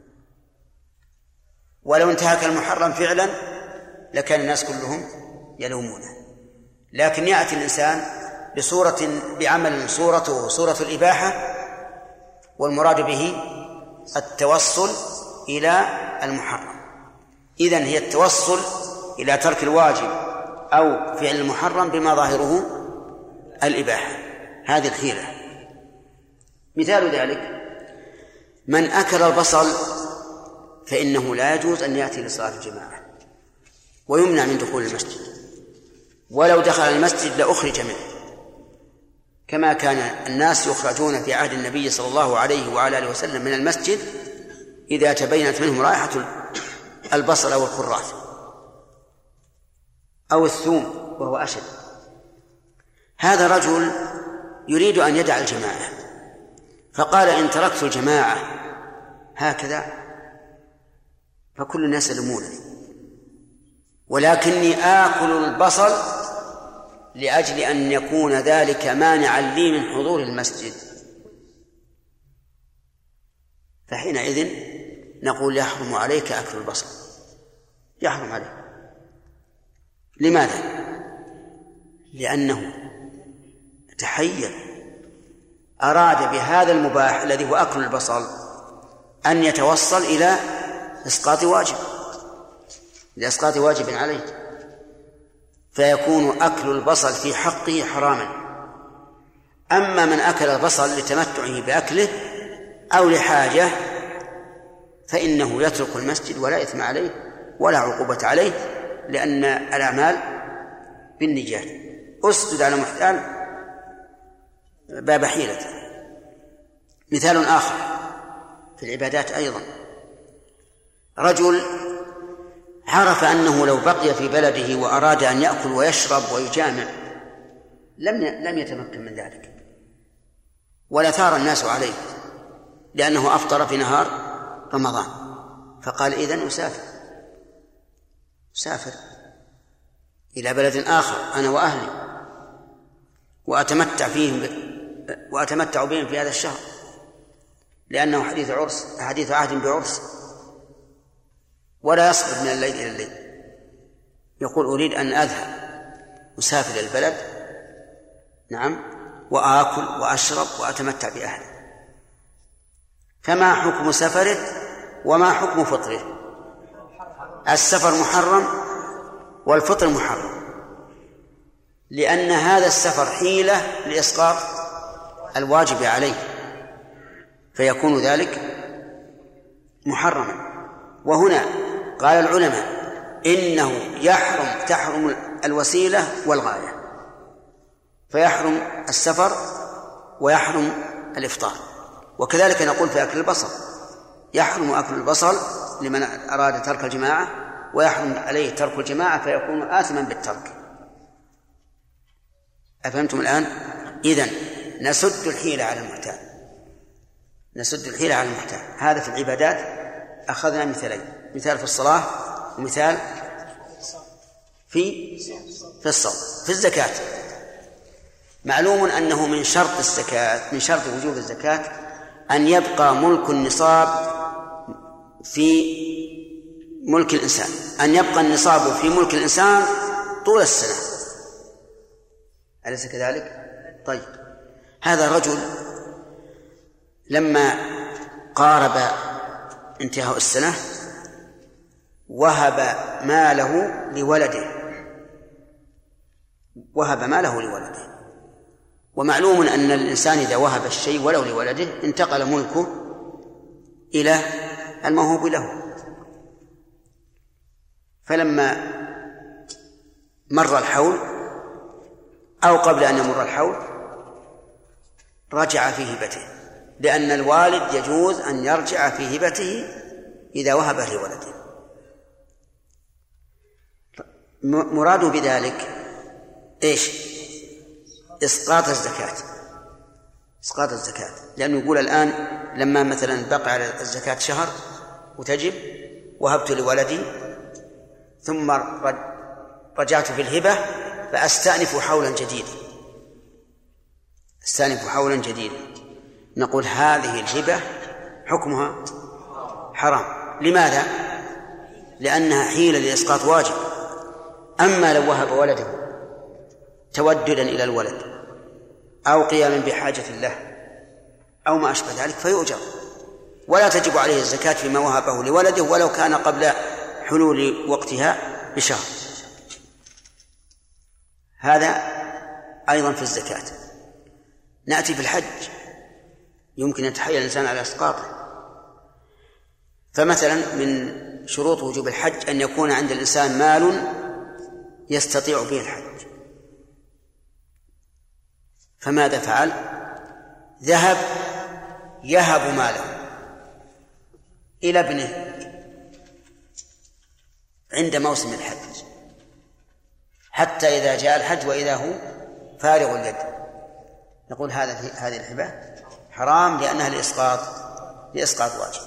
ولو انتهاك المحرم فعلا لكان الناس كلهم يلومونه. لكن يأتي الإنسان بعمل صورته صورة الإباحة، والمراد به التوصل إلى المحرم. إذن هي التوصل إلى ترك الواجب أو فعل المحرم بما ظاهره الإباحة، هذه الحيلة. مثال ذلك من أكل البصل فإنه لا يجوز أن يأتي لصلاة الجماعة ويمنع من دخول المسجد، ولو دخل المسجد لأخرج منه، كما كان الناس يخرجون في عهد النبي صلى الله عليه وعلى آله وسلم من المسجد إذا تبينت منهم رائحة البصل أو الكراث أو الثوم وهو أشد. هذا رجل يريد أن يدع الجماعة، فقال إن تركت الجماعة هكذا فكل الناس يلومونني، ولكني آكل البصل لأجل أن يكون ذلك مانعا لي من حضور المسجد. فحينئذ نقول يحرم عليك أكل البصل، يحرم عليك. لماذا؟ لأنه تحيل، أراد بهذا المباح الذي هو أكل البصل أن يتوصل إلى إسقاط واجب، لإسقاط واجب عليه، فيكون أكل البصل في حقه حراما. أما من أكل البصل لتمتعه بأكله أو لحاجة فإنه يترك المسجد ولا إثم عليه ولا عقوبة عليه، لأن الأعمال بالنيات. أسجد على محتال باب حيلته. مثال آخر في العبادات أيضا، رجل عرف أنه لو بقي في بلده وأراد أن يأكل ويشرب ويجامع لم يتمكن من ذلك، ولا ثار الناس عليه لأنه أفطر في نهار رمضان. فقال إذن أسافر إلى بلد آخر أنا وأهلي وأتمتع بهم في هذا الشهر، لأنه حديث عهد بعرس، ولا يصبر من الليل إلى الليل. يقول أريد أن أسافر إلى البلد، نعم، وآكل وأشرب وأتمتع بأهلي. فما حكم سفره وما حكم فطره؟ السفر محرم والفطر محرم، لأن هذا السفر حيلة لإسقاط الواجب عليه، فيكون ذلك محرما. وهنا قال العلماء إنه تحرم الوسيلة والغاية، فيحرم السفر ويحرم الإفطار. وكذلك نقول في أكل البصل، يحرم أكل البصل لمن أراد ترك الجماعة، ويحرم عليه ترك الجماعة فيكون آثما بالترك. أفهمتم الآن؟ إذن نسد الحيلة على المحتاج. هذا في العبادات أخذنا مثالين، مثال في الصلاة ومثال في الصوم. في الزكاة معلوم أنه من شرط وجوب الزكاة أن يبقى ملك النصاب في ملك الإنسان، أن يبقى النصاب في ملك الإنسان طول السنة، أليس كذلك؟ طيب، هذا رجل لما قارب انتهاء السنة وهب ماله لولده، ومعلوم أن الإنسان إذا وهب الشيء ولو لولده انتقل ملكه إلى الموهوب له. فلما مر الحول أو قبل أن يمر الحول رجع في هبته، لأن الوالد يجوز أن يرجع في هبته إذا وهبه لولده. مراده بذلك إيش؟ إسقاط الزكاة، لأنه يقول الآن لما مثلا بقى على الزكاة شهر وتجب وهبت لولدي ثم رجعت في الهبة فأستأنف حولا جديدا، نقول هذه الهبة حكمها حرام. لماذا؟ لأنها حيلة لإسقاط واجب. أما لو وهب ولده توددا إلى الولد أو قياما بحاجة له أو ما أشبه ذلك فيؤجر، ولا تجب عليه الزكاة فيما وهبه لولده ولو كان قبل حلول وقتها بشهر. هذا أيضا في الزكاة. نأتي في الحج، يمكن أن يتحايل الإنسان على إسقاطه. فمثلا من شروط وجوب الحج أن يكون عند الإنسان مال يستطيع به الحج، فماذا فعل؟ ذهب يهب ماله إلى ابنه عند موسم الحج، حتى إذا جاء الحج وإذا هو فارغ اليد، نقول هذه الهبة حرام لأنها لإسقاط واجب.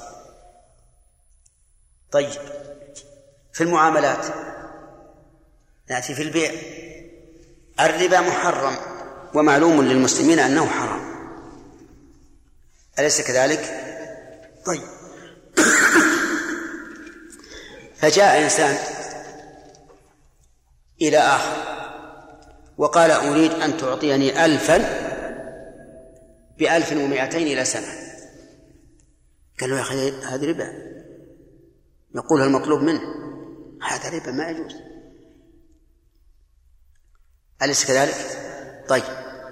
طيب، في المعاملات نأتي في البيع. الربا محرم ومعلوم للمسلمين أنه حرام، أليس كذلك؟ طيب، فجاء إنسان إلى آخر وقال أريد أن تعطيني 1000 ب1200 إلى سنة. قال له يا أخي هذا ربا، يقول المطلوب منه هذا ربا ما يجوز، أليس كذلك؟ طيب،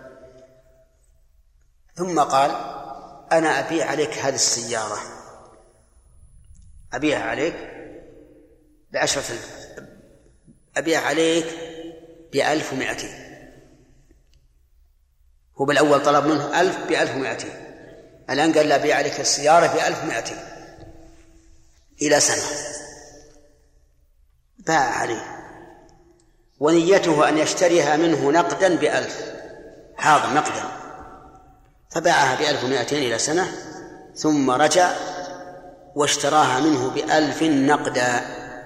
ثم قال أنا أبيع عليك هذه السيارة، أبيعها عليك ب10,000، أبيع عليك ب1200. هو بالأول طلب منه 1000 ب1200، الآن قال لا أبيع عليك السيارة ب1200 إلى سنة. باع عليه، ونيته أن يشتريها منه نقدا ب1000 حاضر نقدا، فباعها ب1200 إلى سنة، ثم رجع واشتراها منه ب1000 نقدا.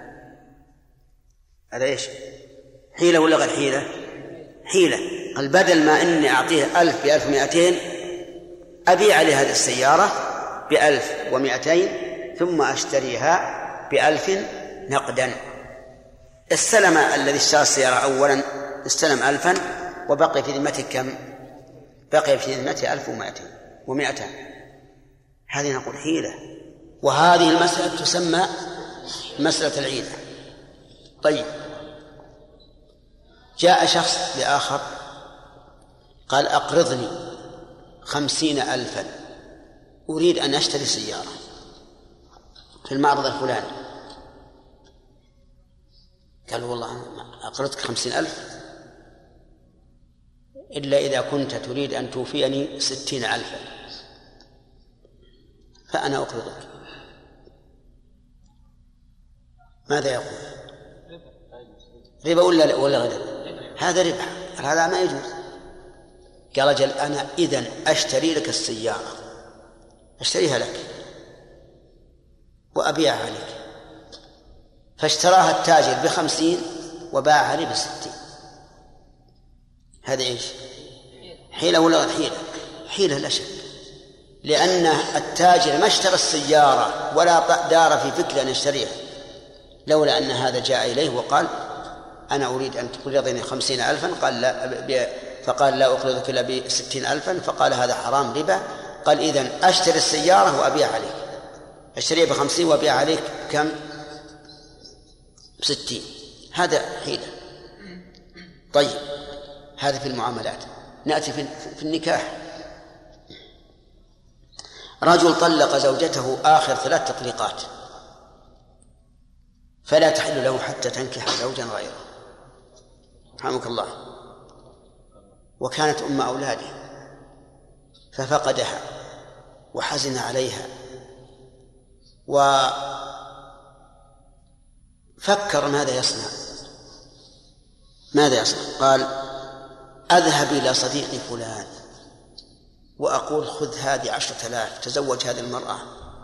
هذا إيش؟ حيلة ولا غير حيلة؟ حيلة. قال بدل ما إني أعطيه 1000 ب1200 أبيع عليه هذه السيارة ب1200 ثم أشتريها ب1000 نقدا. السلم الذي اشترى السيارة أولا استلم 1000 وبقي في ذمته كم؟ بقي في ذمته 1200. هذه نقول حيلة، وهذه المسألة تسمى مسألة العيلة. طيب، جاء شخص لآخر قال أقرضني 50,000 أريد أن أشتري سيارة في المعرض الفلاني. قال والله أنا أقرضك 50,000 إلا إذا كنت تريد أن توفيني 60,000 فأنا أقرضك. ماذا يقول؟ ربا ولا غير؟ هذا ربا، هذا ما يجوز. قال أجل أنا إذن أشتري لك السيارة، أشتريها لك وأبيعها عليك. فاشتراها التاجر ب50 وباعها لي ب60. هذا إيش؟ حيلة ولا غير حيلة؟ حيلة لا شك، لأن التاجر ما اشترى السيارة ولا دار في فكرة أن يشتريها، لولا أن هذا جاء إليه وقال أنا أريد أن تقرضني 50,000 قال لا، فقال لا أقرضك إلا ب60,000 فقال هذا حرام ربا. قال إذن أشتري السيارة وأبيع عليك، أشتريها ب50 وأبيع عليك كم؟ 60. هذا حيلة. طيب، هذا في المعاملات. نأتي في النكاح. رجل طلق زوجته آخر 3 تطليقات فلا تحل له حتى تنكح زوجا غيره، رحمك الله، وكانت أم أولاده ففقدها وحزن عليها وفكر ماذا يصنع. قال أذهب إلى صديقي فلان وأقول خذ هذه 10,000 تزوج هذه المرأة.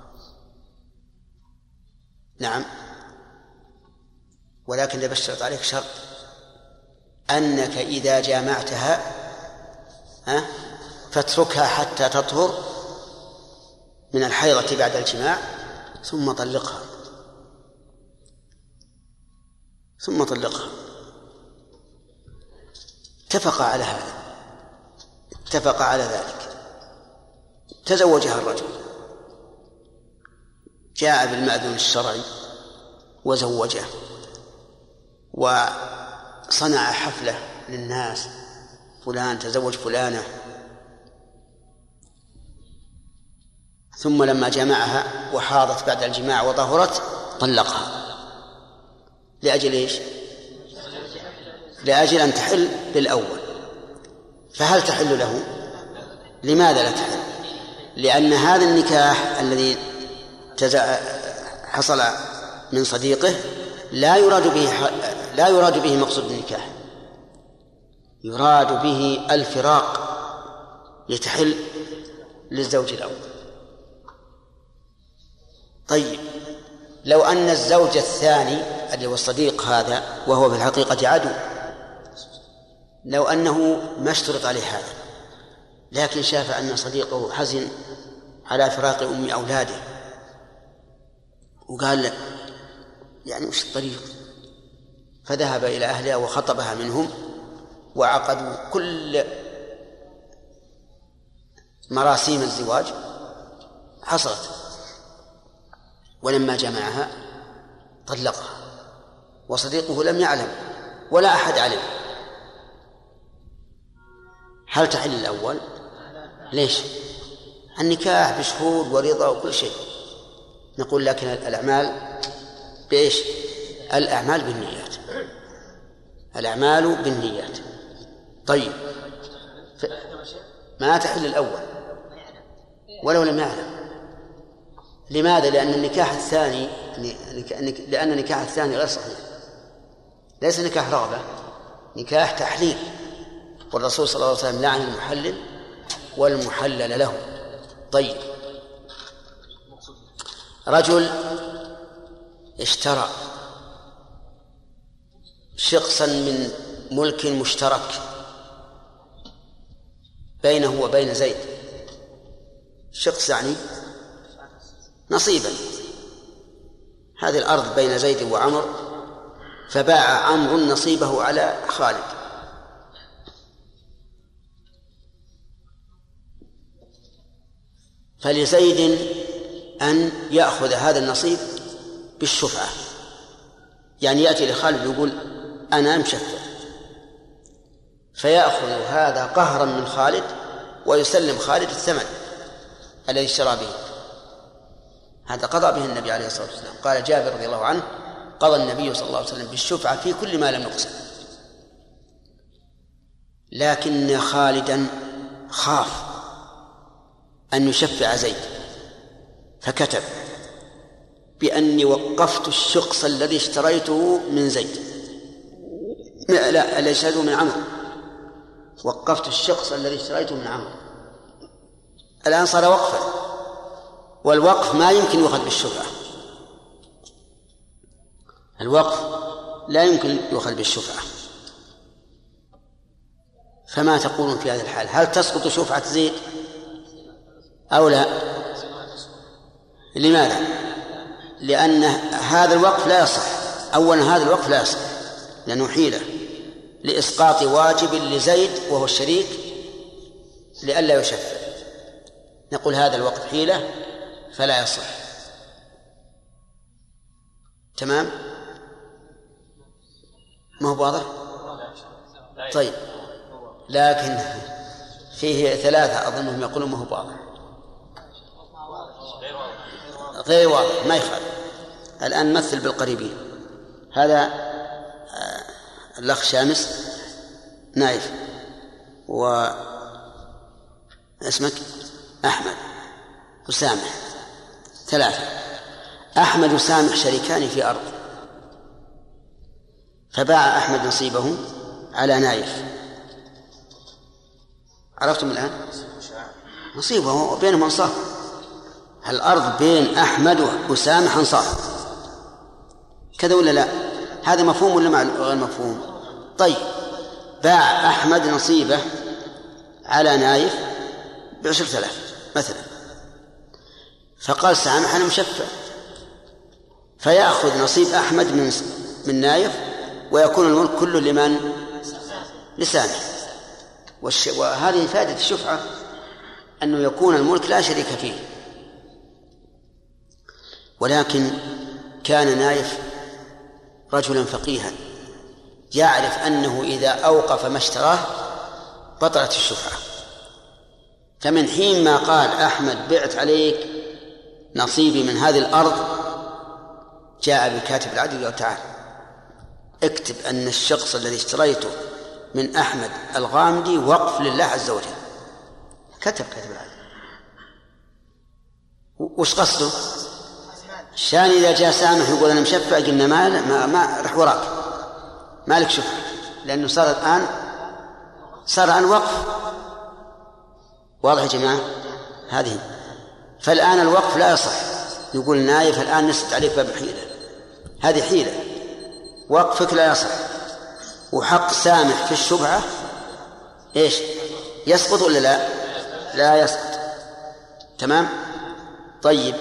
نعم، ولكن لبشرت عليك شرط أنك إذا جامعتها فاتركها حتى تطهر من الحيضة بعد الجماع ثم طلقها. اتفق على ذلك. تزوجها الرجل، جاء بالمأذون الشرعي وزوجه وصنع حفلة للناس، فلان تزوج فلانة. ثم لما جمعها وحاضت بعد الجماع وطهرت طلقها. لأجل إيش؟ لأجل أن تحل بالأول. فهل تحل له؟ لماذا لا تحل؟ لأن هذا النكاح الذي حصل من صديقه لا يراد به مقصود النكاح، يراد به الفراق لتحل للزوج الأول. طيب، لو أن الزوج الثاني اللي هو الصديق هذا وهو في الحقيقة عدو، لو أنه ما اشترط عليه هذا لكن شاف أن صديقه حزن على فراق أم أولاده وقال يعني وش الطريق، فذهب إلى أهلها وخطبها منهم وعقدوا كل مراسيم الزواج حصلت، ولما جمعها طلقها وصديقه لم يعلم ولا أحد علم. هل تحل الأول؟ ليش؟ النكاح بشهود ورضا وكل شيء. نقول لكن الأعمال بإيش؟ الأعمال بالنيات، الأعمال بالنيات. طيب، ما تحل الأول ولو لم يعلم. لماذا؟ لأن النكاح الثاني غير صحيح، ليس نكاح رغبة، نكاح تحليل، والرسول صلى الله عليه وسلم لعن المحلل والمحلل له. طيب، رجل اشترى شقصا من ملك مشترك بينه وبين زيد، شقص يعني نصيبا، هذه الأرض بين زيد وعمر، فباع عمرو نصيبه على خالد، فلزيد أن يأخذ هذا النصيب بالشفعة، يعني يأتي لخالد يقول أنا مشفع، فيأخذ هذا قهرا من خالد ويسلم خالد الثمن الذي اشترى به. هذا قضى به النبي عليه الصلاة والسلام. قال جابر رضي الله عنه قضى النبي صلى الله عليه وسلم بالشفعة في كل ما لم يقسم، لكن خالدا خاف أن يشفع زيد فكتب بأني وقفت الشقص الذي اشتريته من زيد، لا الذي اشتريته من عمرو، وقفت الشقص الذي اشتريته من عمرو. الآن صار وقفا، والوقف ما يمكن يؤخذ بالشفعة، الوقف لا يمكن يؤخذ بالشفعة. فما تقولون في هذه الحال؟ هل تسقط شفعة زيد أو لا؟ لماذا؟ لأن هذا الوقف لا يصح. أولا هذا الوقف لا يصح لأنه حيلة لإسقاط واجب لزيد وهو الشريك لئلا يشفع، نقول هذا الوقف حيلة فلا يصح. تمام؟ ما هو واضح؟ طيب، لكن فيه ثلاثة أظنهم يقولون ما هو واضح، غير واضح، ما يخالف. الآن مثل بالقريبين. هذا الأخ شامس نايف، واسمك أحمد وسامح، ثلاثة. أحمد وسامح شريكان في أرض، فباع أحمد نصيبه على نايف. عرفتم الآن؟ نصيبه وبينهم أنصاف، الأرض بين أحمد وسامح أنصاف، كذا ولا لا؟ هذا مفهوم ولا غير مفهوم؟ طيب، باع أحمد نصيبه على نايف ب10,000 مثلا، فقال سامح أنا مشفع، فيأخذ نصيب أحمد من نايف ويكون الملك كله لمن؟ لسامح. وهذه فائدة الشفعة، أنه يكون الملك لا شريك فيه. ولكن كان نايف رجلا فقيها يعرف أنه إذا أوقف ما اشتراه بطلت الشفعة، فمن حين ما قال أحمد بعت عليك نصيبي من هذه الأرض، جاء بكاتب العدل وقال تعال اكتب أن الشخص الذي اشتريته من أحمد الغامدي وقف لله عز وجل. كتب كاتب العدل. وش قصده؟ شان إذا جاء سامح يقول أنا مشفع، قلنا ما رح وراك، مالك شفعة، لأنه صار الآن وقف. واضح يا جماعة؟ هذه. فالآن الوقف لا يصح، يقول نايف الآن نسد عليك باب حيلة، هذه حيلة، وقفك لا يصح. وحق سامح في الشفعة إيش؟ يسقط ولا لا؟ لا يسقط. تمام؟ طيب،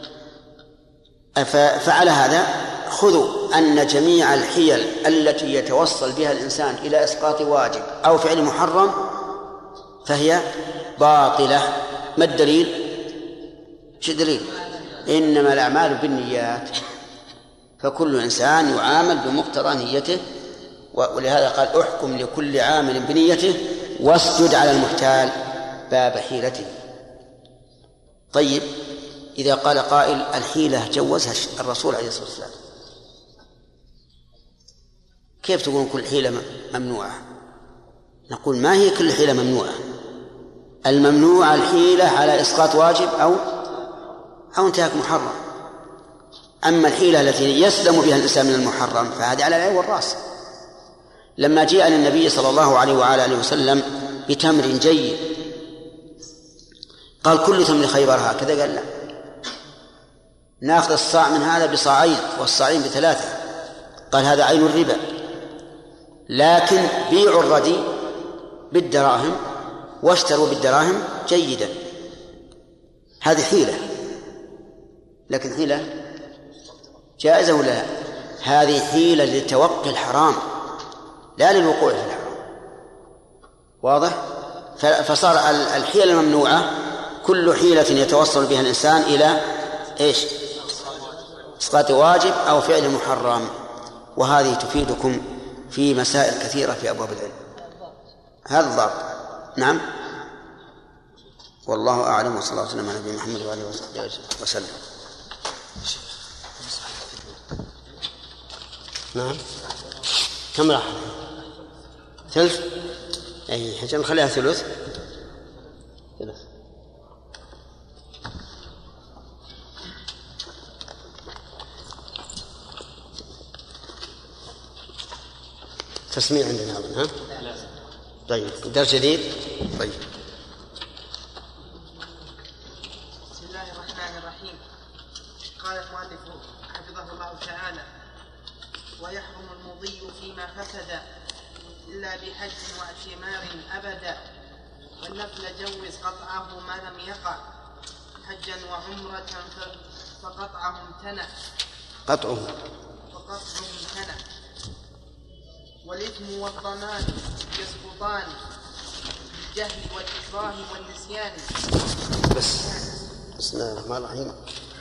فعلى هذا خذوا أن جميع الحيل التي يتوصل بها الإنسان إلى إسقاط واجب أو فعل محرم فهي باطلة. ما الدليل؟ شو الدليل؟ إنما الأعمال بالنيات، فكل إنسان يعامل بمقتضى نيته، ولهذا قال احكم لكل عامل بنيته واسجد على المحتال باب حيلته. طيب، إذا قال قائل الحيلة جوزها الرسول عليه الصلاة والسلام، كيف تقول كل حيلة ممنوعة؟ نقول ما هي كل حيلة ممنوعة، الممنوع الحيلة على إسقاط واجب أو انتهاك محرم. أما الحيلة التي يسلم بها الإنسان من المحرم فهذه على العين والرأس، لما جاء للنبي صلى الله عليه وعلى آله وسلم بتمر جيد قال كل تمر خيبر هكذا؟ قال لا، ناخذ الصاع من هذا بصاعين والصاعين ب3. قال هذا عين الربا، لكن بيعوا الردي بالدراهم واشتروا بالدراهم جيدا. هذه حيلة، لكن حيلة جائزة ولا لا؟ هذه حيلة لتوقي الحرام لا للوقوع في الحرام. واضح؟ فصار الحيلة الممنوعة كل حيلة يتوصل بها الإنسان إلى إيش؟ إسقاط واجب أو فعل محرم. وهذه تفيدكم في مسائل كثيرة في أبواب العلم. هذا الضابط. نعم، والله أعلم، وصلى الله وسلم على نبينا محمد وعلى آله وصحبه وسلم. نعم، كم راح؟ ثلث؟ أي حاجة نخليها ثلث. تسميع عندنا أظن، ها؟ طيب، درس جديد. طيب. بسم الله الرحمن الرحيم. قال المؤلف حفظه الله تعالى: ويحرم المضي فيما فسد إلا بحج واعتمار أبدا، والنفل جوز قطعه ما لم يقع حجا وعمرة فقطعه امتنع. والإثم والضمان يسقطان بالجهل والإكراه والنسيان. بسم الله الرحمن الرحيم.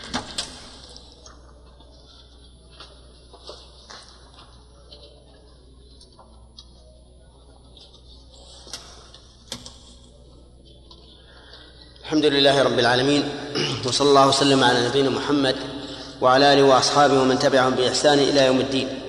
الحمد لله رب العالمين، وصلى الله وسلم على نبينا محمد وعلى آله وأصحابه ومن تبعهم بإحسان إلى يوم الدين.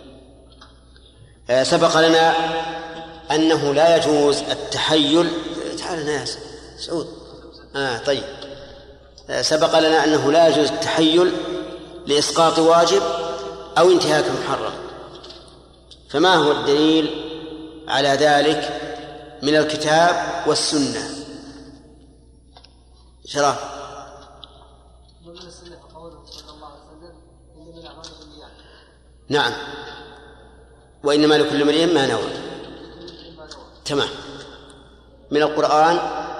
سبق لنا أنه لا يجوز التحيل. تعال ناس سعود. طيب، سبق لنا أنه لا يجوز التحيل لإسقاط واجب أو انتهاك محرم. فما هو الدليل على ذلك من الكتاب والسنة؟ شرف. نعم، وإنما لكل امرئ ما نوى. تمام. من القرآن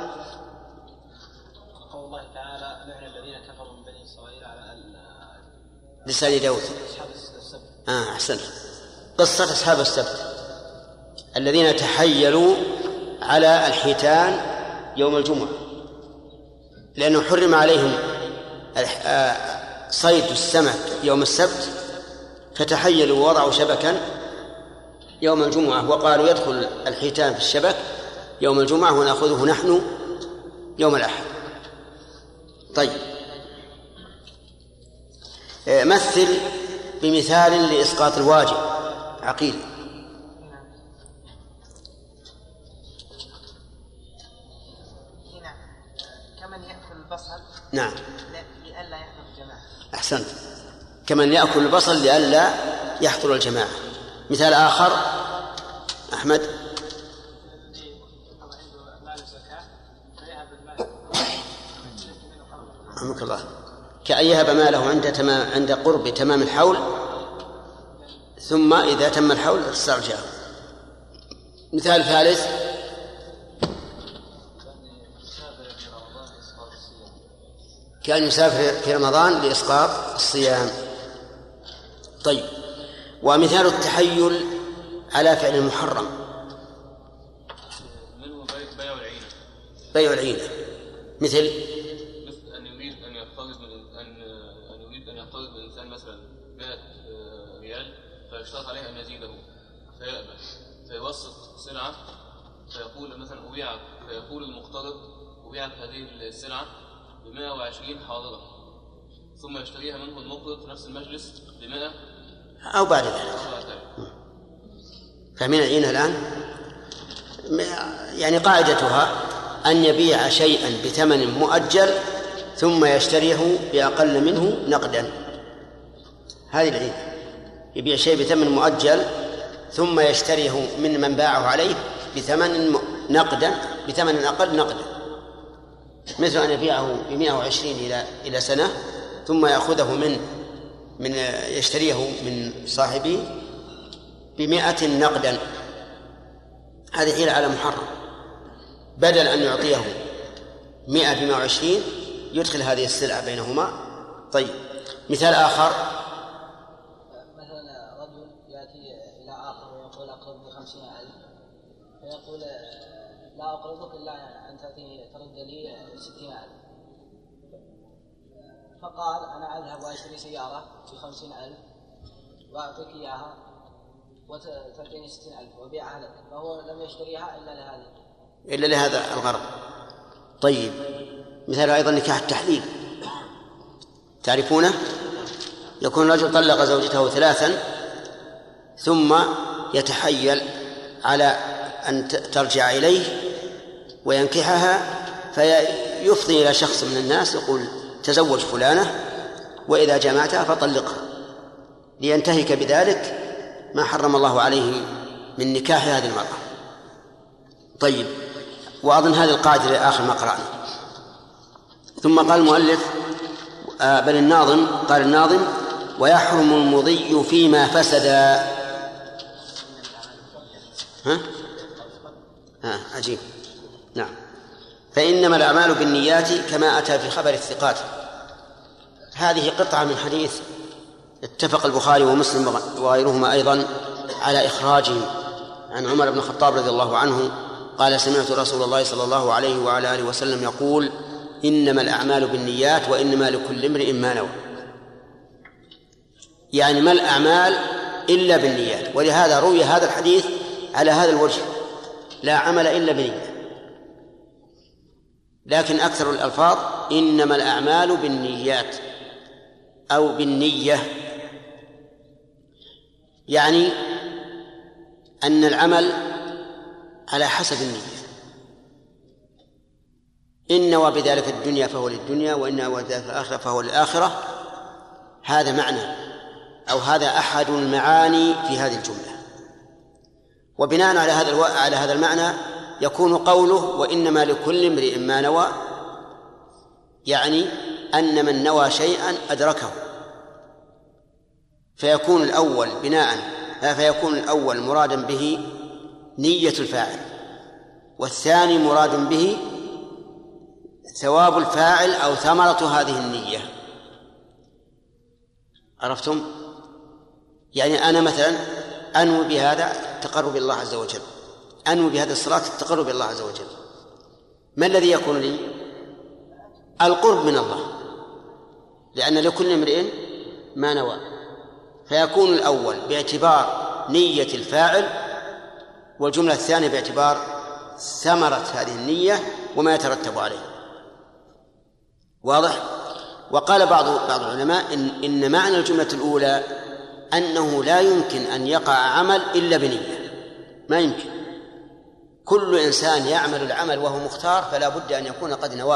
قول الله تعالى: لعن الذين كفروا من بني إسرائيل على لسان داود. أحسنت. قصة أصحاب السبت الذين تحيلوا على الحيتان يوم الجمعة، لأنه حرم عليهم صيد السمك يوم السبت، فتحيلوا ووضعوا شبكا يوم الجمعة، وقالوا يدخل الحيتان في الشبك يوم الجمعة ونأخذه نحن يوم الأحد. طيب، مثل بمثال لإسقاط الواجب. عقيل. كمن يأكل البصل. نعم، لئلا يحضر الجماعة. أحسنت. كمن يأكل البصل لئلا يحضر الجماعة. مثال آخر أحمد. رحمك الله. كأن يهب ماله عند قرب تمام الحول، ثم إذا تم الحول استرجعه. مثال ثالث. كأن يسافر في رمضان لإسقاط الصيام. طيب، ومثال التحيل على فعل المحرم منه بيع العينة. بيع العينة مثل أن يريد أن يقترض من الإنسان مثلا 100 ريال، فيشترط عليه أن يزيده فيأبى، فيوسط سلعة فيقول مثلا أبيعك، فيقول المقترض أبيعك هذه السلعة ب120 حاضرة، ثم يشتريها منه المقترض في نفس المجلس ب100 أو بعد ذلك. فمن العينة الآن يعني قاعدتها أن يبيع شيئا بثمن مؤجل ثم يشتريه بأقل منه نقدا. هذه العينة، يبيع شيء بثمن مؤجل ثم يشتريه من باعه عليه بثمن نقدا، بثمن أقل نقدا، مثل أن يبيعه ب120 إلى سنة ثم يأخذه من يشتريه من صاحبه ب100 نقدا. هذه حيلة على محرم، بدل أن يعطيه 100 ب120 يدخل هذه السلعة بينهما. طيب مثال آخر، مثلا رجل يأتي إلى آخر ويقول أقرضني 50,000 فيقول لا أقرضك إلا أن ترد لي 60,000، فقال أنا أذهب وأشتري سيارة ب50,000 وأعطيك إياها وتعطيني 60,000 وبيعها لك، فهو لم يشتريها إلا لهذا الغرض. طيب مثال أيضا نكاح التحليل، تعرفونه؟ يكون الرجل طلق زوجته 3 ثم يتحيل على أن ترجع إليه وينكحها، فيفضي إلى شخص من الناس يقول تزوج فلانة وإذا جمعتها فطلقها، لينتهك بذلك ما حرم الله عليه من نكاح هذه المرأة. طيب وأظن هذه القاعدة آخر ما قرأنا. ثم قال المؤلف بل الناظم، قال الناظم ويحرم المضي فيما فسد. عجيب. نعم. فإنما الأعمال بالنيات كما أتى في خبر الثقات. هذه قطعة من حديث اتفق البخاري ومسلم وغيرهما أيضا على إخراجه عن عمر بن الخطاب رضي الله عنه قال سمعت رسول الله صلى الله عليه وعلى آله وسلم يقول إنما الأعمال بالنيات وإنما لكل امرئ ما نوى. يعني ما الأعمال إلا بالنيات، ولهذا روي هذا الحديث على هذا الوجه، لا عمل إلا بنية. لكن أكثر الألفاظ إنما الأعمال بالنيات أو بالنية، يعني أن العمل على حسب النية. إن نوى بذلك الدنيا فهو للدنيا، وإن نوى بذلك الآخرة فهو للآخرة. هذا معنى أو هذا أحد المعاني في هذه الجملة. وبناء على هذا المعنى يكون قوله وإنما لكل امرئ ما نوى، يعني أن من نوى شيئا أدركه، فيكون الأول مرادا به نية الفاعل، والثاني مراد به ثواب الفاعل أو ثمرة هذه النية. عرفتم؟ يعني أنا مثلا أنوي بهذا التقرب الله عز وجل، أنوي بهذه الصلاة التقرب الله عز وجل، ما الذي يكون لي؟ القرب من الله، لأن لكل امرئ ما نوى. فيكون الأول باعتبار نية الفاعل، والجملة الثانية باعتبار ثمرة هذه النية وما يترتب عليه. واضح؟ وقال بعض العلماء إن معنى الجملة الأولى أنه لا يمكن أن يقع عمل إلا بنية، ما يمكن. كل إنسان يعمل العمل وهو مختار فلا بد أن يكون قد نواه.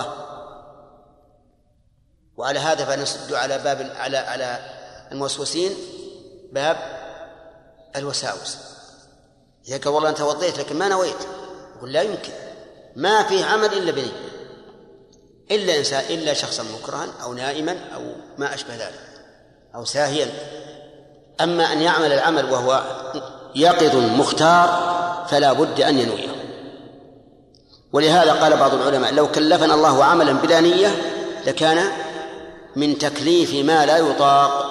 وعلى هذا فنسد على باب على الموسوسين باب الوساوس. إذا قال والله أنت وضيت لكن ما نويت، يقول لا يمكن، ما فيه عمل إلا بنية، إلا إنسان إلا شخصا مكرها أو نائما أو ما أشبه ذلك أو ساهيا. أما أن يعمل العمل وهو يقظ مختار فلا بد أن ينويه. ولهذا قال بعض العلماء لو كلفنا الله عملا بلا نية لكان من تكليف ما لا يطاق،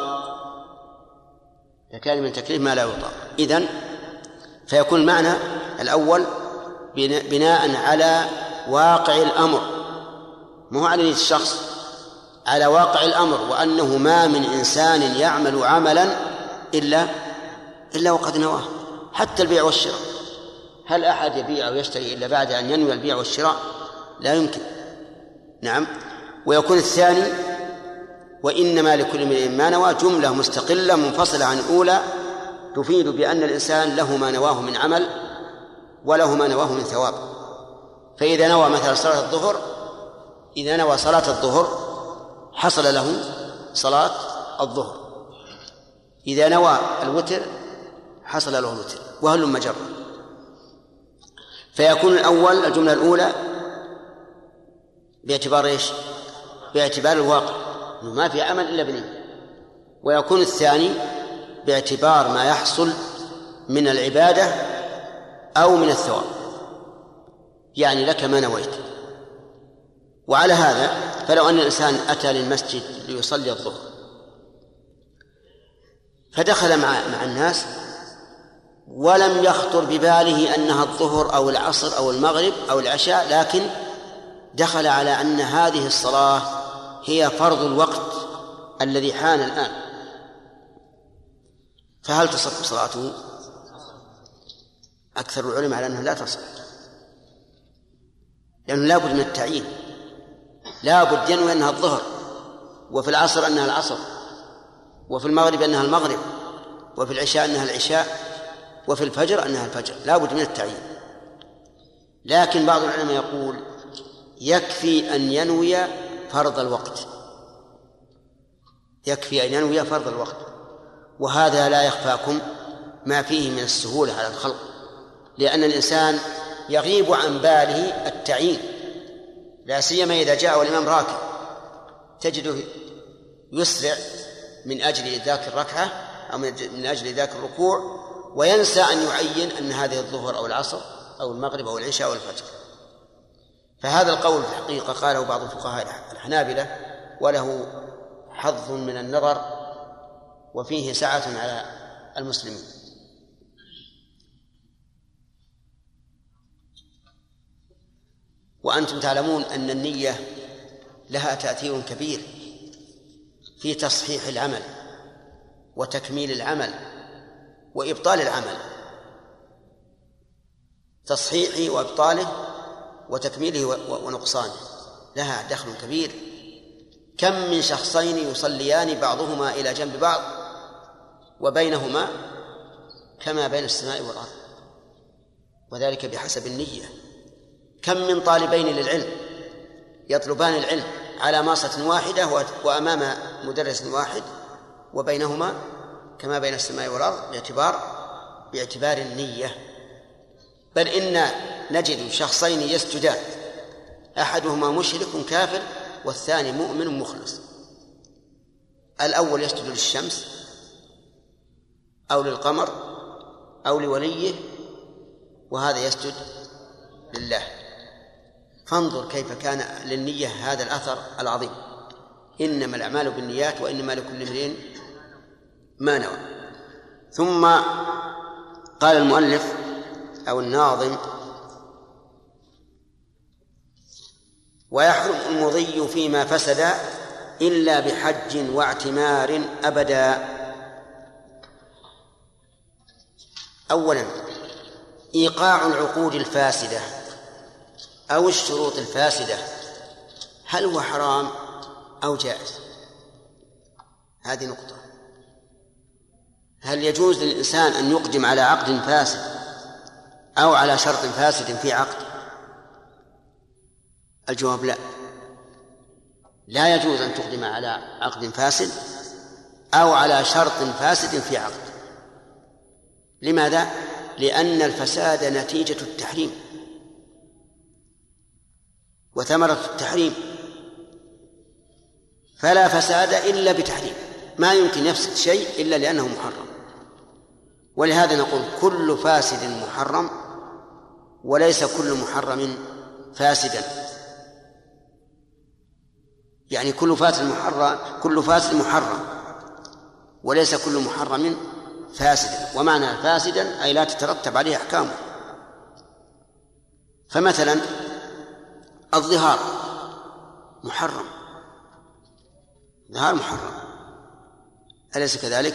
إذن فيكون المعنى الأول بناء على واقع الأمر، مو على نية الشخص، على واقع الأمر، وأنه ما من إنسان يعمل عملا إلا وقد نواه. حتى البيع والشراء، هل أحد يبيع أو يشتري إلا بعد أن ينوي البيع والشراء؟ لا يمكن. نعم. ويكون الثاني وإنما لكل امرئ ما نوى جملة مستقلة منفصلة عن الأولى تفيد بأن الإنسان له ما نواه من عمل وله ما نواه من ثواب. فإذا نوى مثلا صلاة الظهر، إذا نوى صلاة الظهر حصل له صلاة الظهر، إذا نوى الوتر حصل له الوتر وهل مجرة. فيكون الأول الجملة الأولى باعتبار إيش؟ باعتبار الواقع ما في عمل إلا بنية، ويكون الثاني باعتبار ما يحصل من العبادة أو من الثواب، يعني لك ما نويت. وعلى هذا فلو أن الإنسان أتى للمسجد ليصلي الظهر فدخل مع الناس ولم يخطر بباله أنها الظهر أو العصر أو المغرب أو العشاء، لكن دخل على أن هذه الصلاة هي فرض الوقت الذي حان الآن، فهل تصح صلاته؟ أكثر العلماء على أنها لا تصح، لأنه لا بد من التعيين، لا بد ينوي أنها الظهر، وفي العصر أنها العصر، وفي المغرب أنها المغرب، وفي العشاء أنها العشاء، وفي الفجر أنها الفجر، لا بد من التعيين. لكن بعض العلماء يقول يكفي أن ينوي فرض الوقت، يكفي أن ينوي فرض الوقت، وهذا لا يخفاكم ما فيه من السهولة على الخلق، لأن الإنسان يغيب عن باله التعيين، لا سيما إذا جاء والإمام راكع تجده يسرع من أجل ذاك الركعة أو من أجل ذاك الركوع، وينسى أن يعين أن هذه الظهر أو العصر أو المغرب أو العشاء أو الفجر. فهذا القول في الحقيقة قاله بعض الفقهاء الحنابلة، وله حظ من النظر وفيه سعة على المسلمين. وأنتم تعلمون أن النية لها تأثير كبير في تصحيح العمل وتكميل العمل وإبطال العمل، تصحيحه وإبطاله وتكميله ونقصانه لها دخل كبير. كم من شخصين يصليان بعضهما إلى جنب بعض وبينهما كما بين السماء والأرض، وذلك بحسب النية. كم من طالبين للعلم يطلبان العلم على ماصة واحدة وأمام مدرس واحد وبينهما كما بين السماء والأرض باعتبار النية. بل إن نجد شخصين يسجدان، أحدهما مشرك كافر والثاني مؤمن مخلص. الأول يسجد للشمس أو للقمر أو لوليه، وهذا يسجد لله. فانظر كيف كان للنية هذا الأثر العظيم. إنما الأعمال بالنيات وإنما لكل امرئ ما نوى. ثم قال المؤلف أو الناظم: ويحرم المضي فيما فسد إلا بحج واعتمار أبدا. أولا إيقاع العقود الفاسدة أو الشروط الفاسدة، هل هو حرام أو جائز؟ هذه نقطة. هل يجوز للإنسان أن يقدم على عقد فاسد أو على شرط فاسد في عقد؟ الجواب لا، لا يجوز أن تقدم على عقد فاسد أو على شرط فاسد في عقد. لماذا؟ لأن الفساد نتيجة التحريم وثمرة التحريم، فلا فساد إلا بتحريم، ما يمكن يفسد شيء إلا لأنه محرم. ولهذا نقول كل فاسد محرم وليس كل محرم فاسدا، يعني كل فاسد محرم وليس كل محرم فاسدا. ومعنى فاسدا أي لا تترتب عليه أحكامه. فمثلا الظهار محرم، الظهار محرم، أليس كذلك؟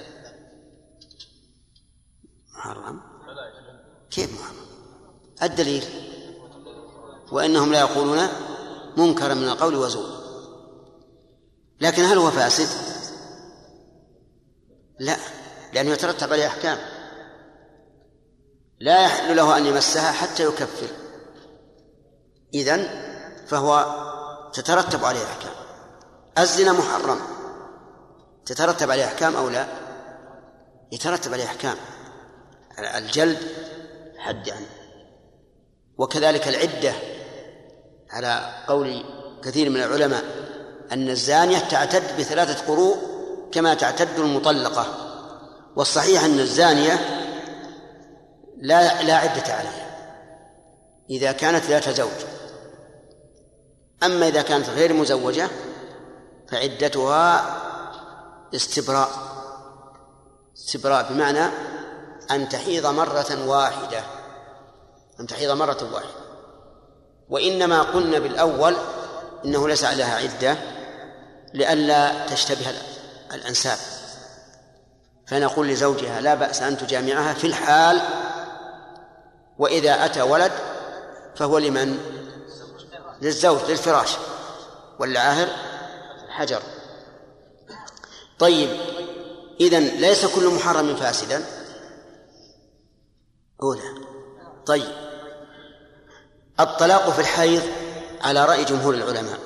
محرم. كيف محرم؟ الدليل: وإنهم لا يقولون منكرا من القول وزور. لكن هل هو فاسد؟ لا، لأنه يترتب عليه أحكام، لا يحل له أن يمسها حتى يكفر، إذن فهو تترتب عليه أحكام. الزنا محرم، تترتب عليه أحكام أو لا؟ يترتب عليه أحكام، الجلد حد يعني. وكذلك العدة على قول كثير من العلماء أن الزانية تعتد ب3 قروء كما تعتد المطلقة، والصحيح أن الزانية لا عدة عليها إذا كانت ذات زوج. أما إذا كانت غير مزوجة فعدتها استبراء بمعنى أن تحيض مرة واحدة، وإنما قلنا بالأول إنه ليس عليها عدة لئلا تشتبه الأنساب، فنقول لزوجها لا بأس أن تجامعها في الحال، وإذا أتى ولد فهو لمن؟ للزوج، للفراش، والعاهر الحجر. طيب، إذن ليس كل محرم فاسدا أولى. طيب، الطلاق في الحيض على رأي جمهور العلماء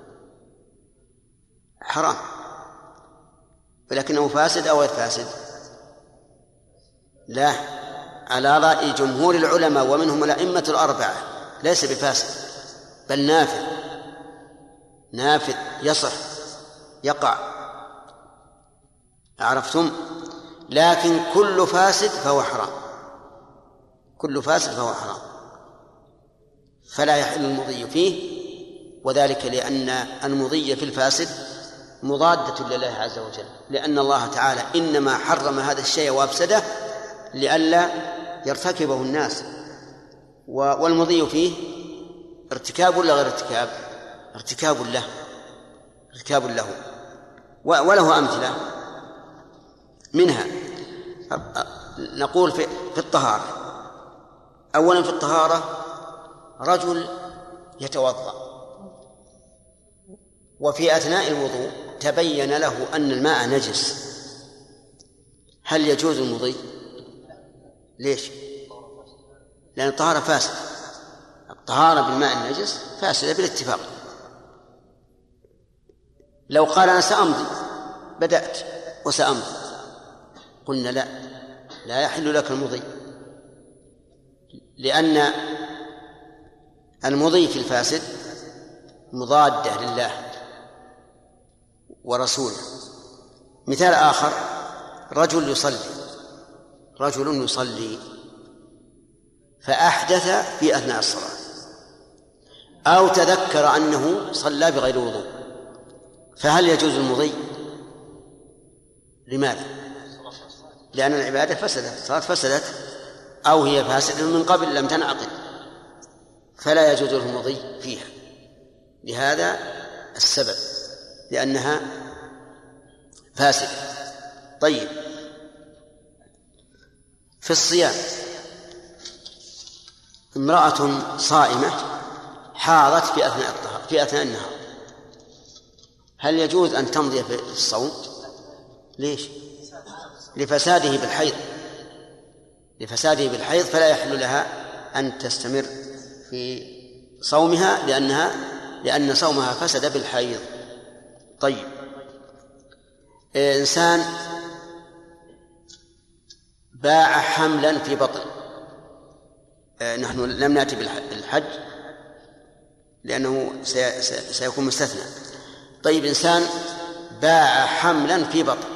حرام، ولكنه فاسد أو غير فاسد؟ لا، على رأي جمهور العلماء ومنهم الأئمة الأربعة ليس بفاسد، بل نافذ يصح يقع، عرفتم؟ لكن كل فاسد فهو حرام، فلا يحل المضي فيه، وذلك لأن المضي في الفاسد مضادة لله عز وجل، لأن الله تعالى إنما حرم هذا الشيء وأفسده لئلا يرتكبه الناس، والمضي فيه ارتكاب ولا غير ارتكاب؟ ارتكاب له. وله أمثلة منها نقول في الطهارة. أولا في الطهارة رجل يتوضأ وفي أثناء الوضوء تبين له أن الماء نجس، هل يجوز المضي؟ ليش؟ لأن الطهارة فاسدة، الطهارة بالماء النجس فاسدة بالاتفاق. لو قال أنا سأمضي، بدأت وسأمضي، قلنا لا يحل لك المضي، لأن المضي في الفاسد مضادة لله ورسوله. مثال آخر، رجل يصلي فأحدث في أثناء الصلاة، أو تذكر أنه صلى بغير وضوء، فهل يجوز المضي؟ لماذا؟ لأن العبادة فسدت، الصلاة فسدت، أو هي فاسدة من قبل لم تنعقد، فلا يجوز له المضي فيها لهذا السبب، لأنها فاسدة. طيب، في الصيام امرأة صائمة حاضت في أثناء النهار، هل يجوز أن تمضي في الصوم؟ ليش؟ لفساده بالحيض، فلا يحل لها أن تستمر في صومها لأن صومها فسد بالحيض. طيب، إنسان باع حملا في بطن، نحن لم نأتي بالحج لأنه سيكون مستثنى. طيب، إنسان باع حملا في بطن،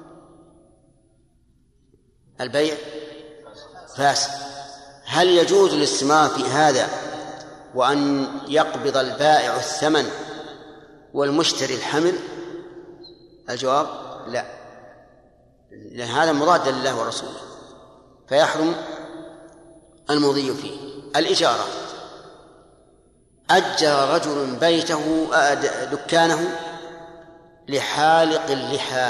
البيع فاسد، هل يجوز الاستمرار في هذا وأن يقبض البائع الثمن والمشتري الحمل؟ الجواب لا، لأن هذا مضاد لله ورسوله، فيحرم المضي فيه. الإجارة، أجر رجل بيته دكانه لحالق اللحى،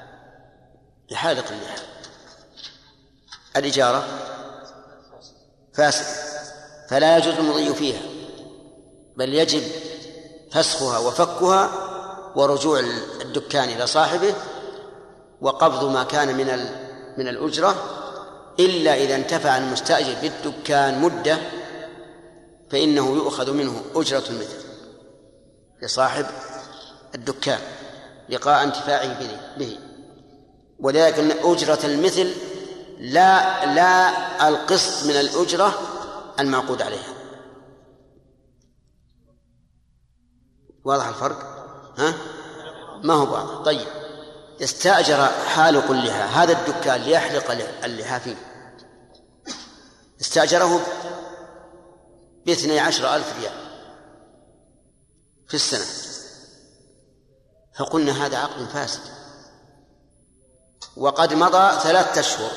الإجارة فاسد، فلا يجوز المضي فيها، بل يجب فسخها وفكها ورجوع الدكان إلى صاحبه وقبض ما كان من الأجرة، إلا إذا انتفع المستأجر بالدكان مدة فإنه يؤخذ منه أجرة المثل لصاحب الدكان لقاء انتفاعه به، ولكن أجرة المثل لا القسط من الأجرة المعقود عليها. واضح الفرق؟ ها؟ ما هو واضح. طيب، استأجر حالق اللحى هذا الدكان ليحلق اللحى فيه، استأجره ب12,000 ريال في السنة، فقلنا هذا عقد فاسد وقد مضى 3 أشهر،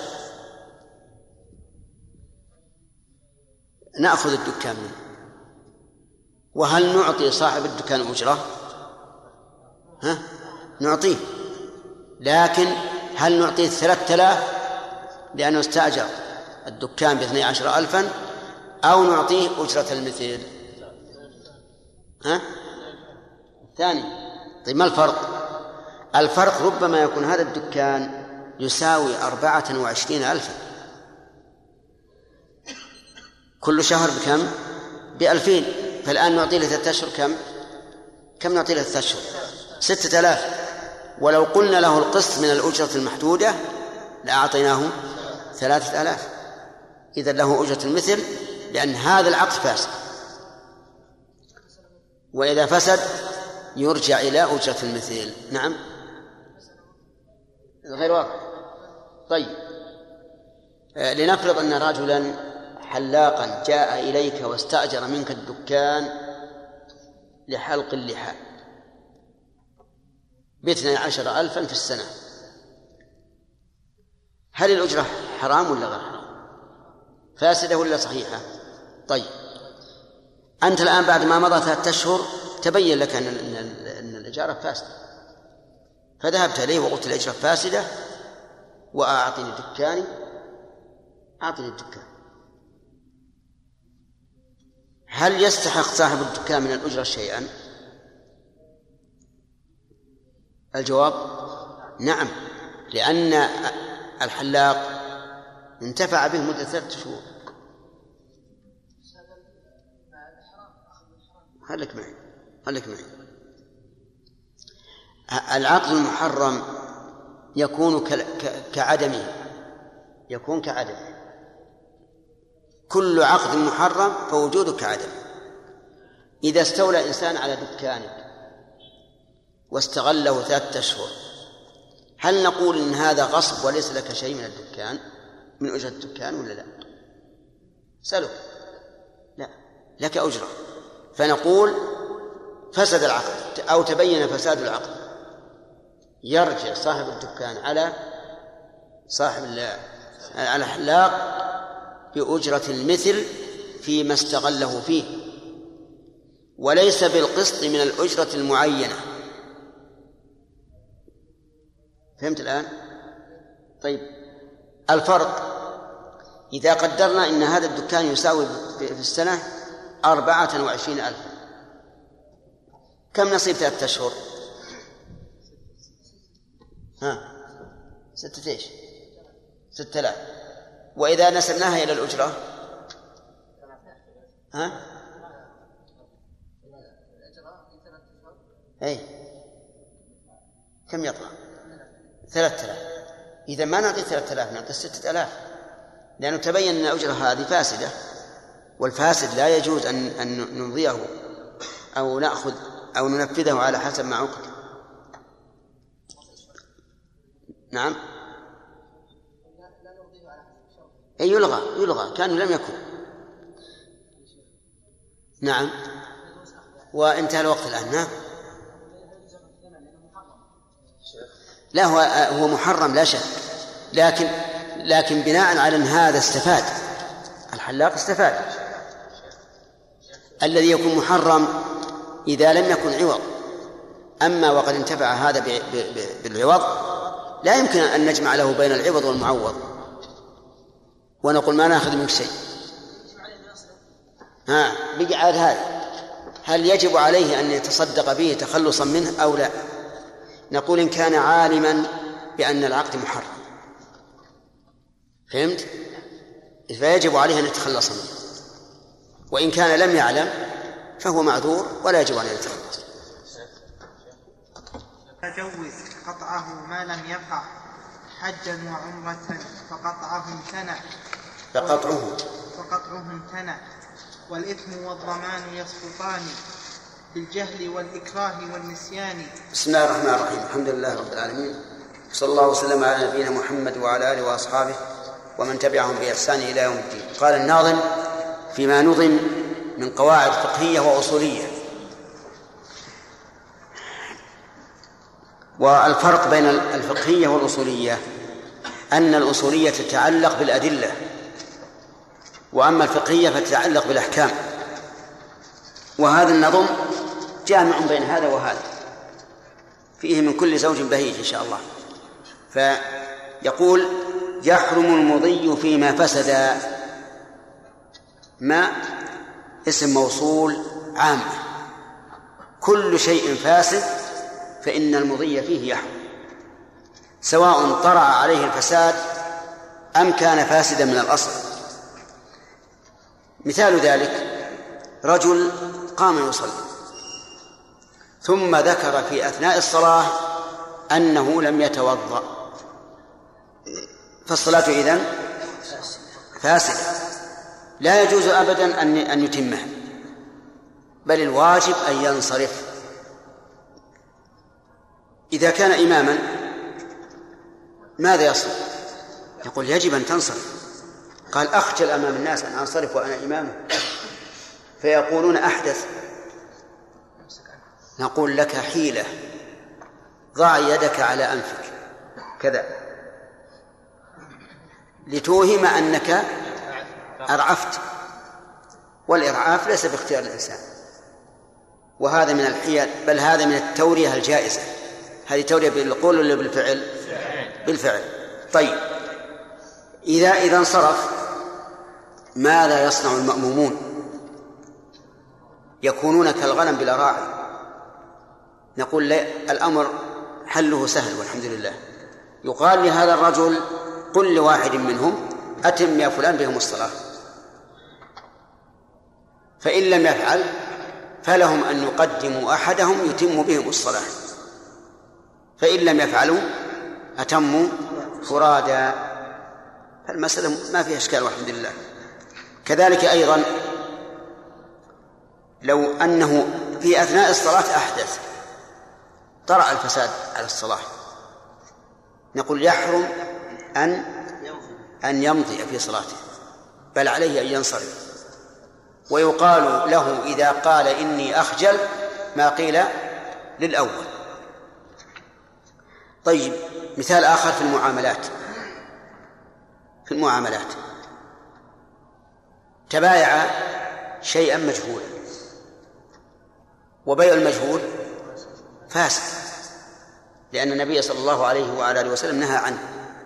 نأخذ الدكان منه، وهل نعطي صاحب الدكان أجرة؟ نعطيه، لكن هل نعطيه 3000 لأنه استأجر الدكان ب12,000 أو نعطيه أجرة المثل؟ الثاني. طيب، ما الفرق؟ الفرق ربما يكون هذا الدكان يساوي 24,000 كل شهر بكم؟ ب2000، فالآن نعطيه له 3 أشهر كم نعطيه له 3 أشهر؟ 6,000. ولو قلنا له القسط من الأجرة المحدودة لأعطيناه 3,000، إذن له أجرة المثل، لأن هذا العقد فاسد، وإذا فسد يرجع إلى أجرة المثل. نعم، غير واضح. طيب، لنفرض أن رجلا حلاقا جاء إليك واستأجر منك الدكان لحلق اللحى ب12,000 في السنة، هل الأجرة حرام ولا غير حرام؟ فاسدة ولا صحيحة؟ طيب، أنت الآن بعد ما مضى 3 أشهر تبين لك أن الإجارة فاسدة، فذهبت إليه وقلت الإجارة فاسدة وأعطني دكاني، أعطني الدكان. هل يستحق صاحب الدكان من الأجرة شيئا؟ الجواب نعم، لأن الحلاق انتفع به مدة 3 شهور. خليك معي. العقد المحرم يكون كعدمه، كل عقد محرم فوجوده كعدمه. إذا استولى إنسان على دكانك واستغله 3 أشهر، هل نقول إن هذا غصب وليس لك شيء من الدكان، من أجرة الدكان، ولا لا؟ سألوا لا، لك أجرة. فنقول فسد العقد أو تبين فساد العقد، يرجع صاحب الدكان على الحلاق بأجرة المثل فيما استغله فيه، وليس بالقسط من الأجرة المعينة. فهمت الآن؟ طيب، الفرق إذا قدرنا إن هذا الدكان يساوي في السنة 24,000، كم نصيب 3 أشهر؟ 6,000. وإذا نسبناها إلى الأجرة كم يطلع؟ 3,000. إذا ما نعطي 3,000 نعطي 6,000، لأنه تبين أن الأجرة هذه فاسدة، والفاسد لا يجوز أن نمضيه أو نأخذ أو ننفذه على حسب ما عقد. نعم، يلغى كأنه لم يكن. نعم، وانتهى الوقت الآن. لا، هو محرم لا شك، لكن بناء على أن هذا استفاد، الحلاق استفاد. الذي يكون محرم إذا لم يكن عوض، أما وقد انتفع هذا بالعوض لا يمكن أن نجمع له بين العوض والمعوض ونقول ما نأخذ منك شيء. بقي عاد هذا، هل يجب عليه أن يتصدق به تخلصا منه أو لا؟ نقول إن كان عالما بأن العقد محرم، فهمت؟ فيجب عليه أن يتخلص منه، وإن كان لم يعلم فهو معذور ولا يجب أن يتخلص. تجوز قطعه ما لم يقع حجا وعمرة فقطعه امتنع والإثم والضمان يسقطان بالجهل والإكراه والنسيان. بسم الله الرحمن الرحيم. الحمد لله رب العالمين، صلى الله وسلم على نبينا محمد وعلى آله وأصحابه ومن تبعهم بإحسان إلى يوم الدين. قال الناظم فيما نظم من قواعد فقهية وأصولية. والفرق بين الفقهية والأصولية أن الأصولية تتعلق بالأدلة، وأما الفقهية فتتعلق بالأحكام. وهذا النظم جامع بين هذا وهذا، فيه من كل زوج بهيج إن شاء الله. فيقول يحرم المضي فيما فسد، ما اسم موصول عام، كل شيء فاسد فإن المضي فيه يحرم، سواء طرأ عليه الفساد أم كان فاسدا من الأصل. مثال ذلك رجل قام يصلي ثم ذكر في أثناء الصلاة أنه لم يتوضأ، فالصلاة إذن فاسدة، لا يجوز أبدا أن يتمها، بل الواجب أن ينصرف. إذا كان إماما ماذا يصنع؟ يقول يجب أن تنصرف. قال أخجل أمام الناس أن أنصرف وأنا إمامه، فيقولون أحدث. نقول لك حيلة، ضع يدك على أنفك كذا لتوهم أنك أرعفت، والإرعاف ليس باختيار الإنسان، وهذا من الحيل، بل هذا من التورية الجائزة. هذه تورية بالقول ولا بالفعل؟ بالفعل. طيب إذا انصرف ماذا يصنع المأمومون؟ يكونون كالغنم بلا راعي. نقول لا، الأمر حله سهل والحمد لله. يقال لهذا الرجل قل لواحد منهم أتم يا فلان بهم الصلاة، فإن لم يفعل فلهم أن يقدموا أحدهم يتم بهم الصلاة، فإن لم يفعلوا أتموا فرادا. فالمسألة ما فيها إشكال والحمد لله. كذلك أيضا لو أنه في أثناء الصلاة أحدث، طرأ الفساد على الصلاة، نقول يحرم أن يمضي في صلاته، بل عليه أن ينصرف. ويقال له إذا قال إني أخجل ما قيل للأول. طيب مثال آخر في المعاملات تبايع شيئا مجهولا، وبيع المجهول فاسد، لأن النبي صلى الله عليه وعلى آله وسلم نهى عنه.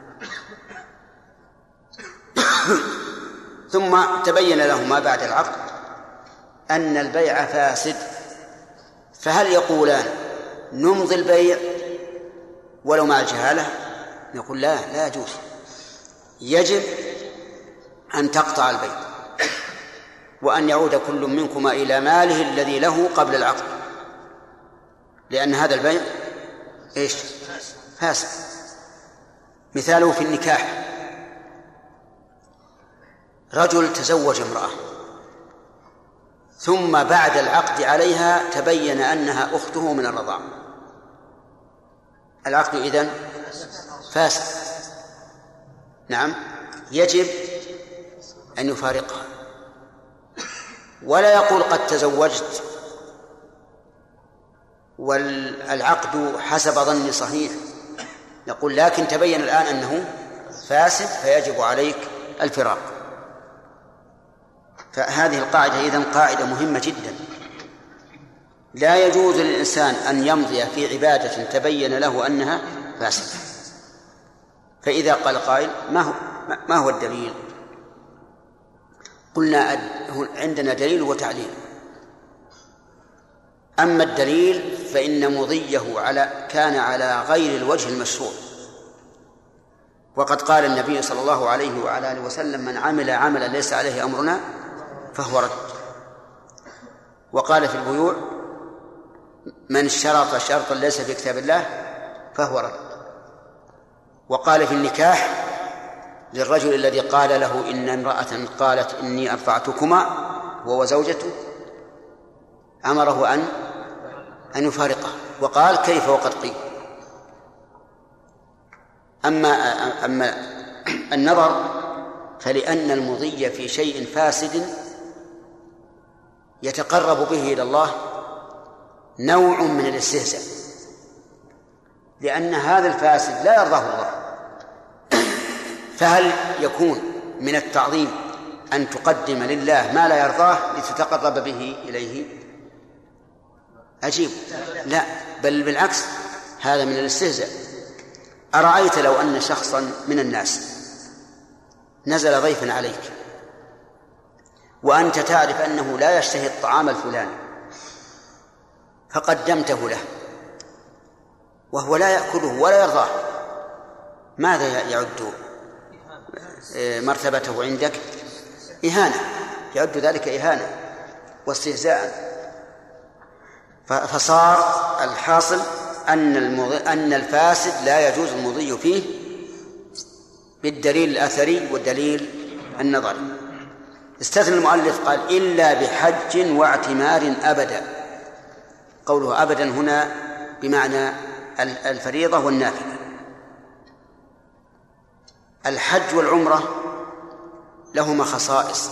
ثم تبين له ما بعد العقد أن البيع فاسد، فهل يقولان نمضي البيع ولو مع الجهالة؟ نقول لا يجوز، يجب أن تقطع البيع وأن يعود كل منكما إلى ماله الذي له قبل العقد، لأن هذا البيع فاسد. مثاله في النكاح، رجل تزوج امرأة ثم بعد العقد عليها تبين أنها أخته من الرضاعة، العقد إذن فاسد. نعم، يجب أن يفارقها، ولا يقول قد تزوجت والعقد حسب ظني صحيح، يقول لكن تبين الآن أنه فاسد فيجب عليك الفراق. فهذه القاعدة إذن قاعدة مهمة جدا. لا يجوز للإنسان أن يمضي في عبادة تبين له أنها فاسدة. فإذا قال قائل ما هو الدليل؟ قلنا عندنا دليل وتعليل. أما الدليل فإن مضيه كان على غير الوجه المشروع، وقد قال النبي صلى الله عليه وعلى آله وسلم من عمل عملا ليس عليه أمرنا فهو رد. وقال في البيوع من شرط شرطا ليس في كتاب الله فهو رد. وقال في النكاح للرجل الذي قال له إن امرأة قالت إني أرضعتكما هو وزوجته، أمره أن يفارقه، وقال كيف وقد قيل. أما النظر فلأن المضي في شيء فاسد يتقرب به إلى الله نوع من الاستهزاء، لأن هذا الفاسد لا يرضاه الله. فهل يكون من التعظيم أن تقدم لله ما لا يرضاه لتتقرب به إليه؟ أجيب لا، بل بالعكس، هذا من الاستهزاء. أرأيت لو أن شخصا من الناس نزل ضيفا عليك وأنت تعرف أنه لا يشتهي الطعام الفلاني فقدمته له وهو لا يأكله ولا يرضاه، ماذا يعد مرتبته عندك؟ إهانة، يعد ذلك إهانة واستهزاء. فصار الحاصل أن الفاسد لا يجوز المضي فيه بالدليل الأثري والدليل النظري. استثنى المؤلف قال إلا بحج واعتمار أبدا. قوله أبدا هنا بمعنى الفريضة والنافلة. الحج والعمرة لهما خصائص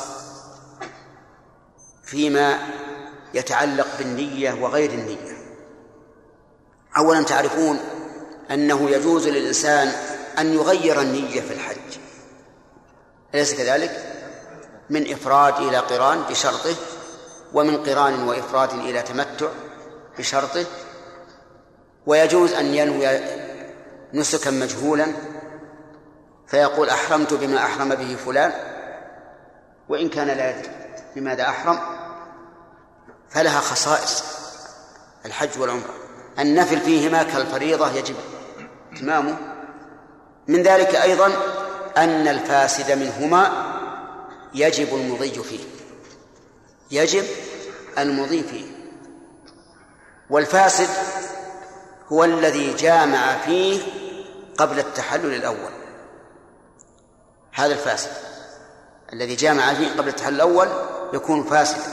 فيما يتعلق بالنية وغير النية. أولا تعرفون أنه يجوز للإنسان أن يغير النية في الحج، أليس كذلك؟ من إفراد إلى قران بشرطه، ومن قران وإفراد إلى تمتع بشرطه، ويجوز أن ينوي نسكا مجهولا فيقول أحرمت بما أحرم به فلان وإن كان لا يدري لماذا أحرم. فلها خصائص الحج والعمرة. النفل فيهما كالفريضة يجب إتمامه. من ذلك أيضا أن الفاسد منهما يجب المضي فيه، يجب المضي فيه. والفاسد هو الذي جامع فيه قبل التحلل الأول، هذا الفاسد الذي جامع فيه قبل التحلل الأول يكون فاسدا،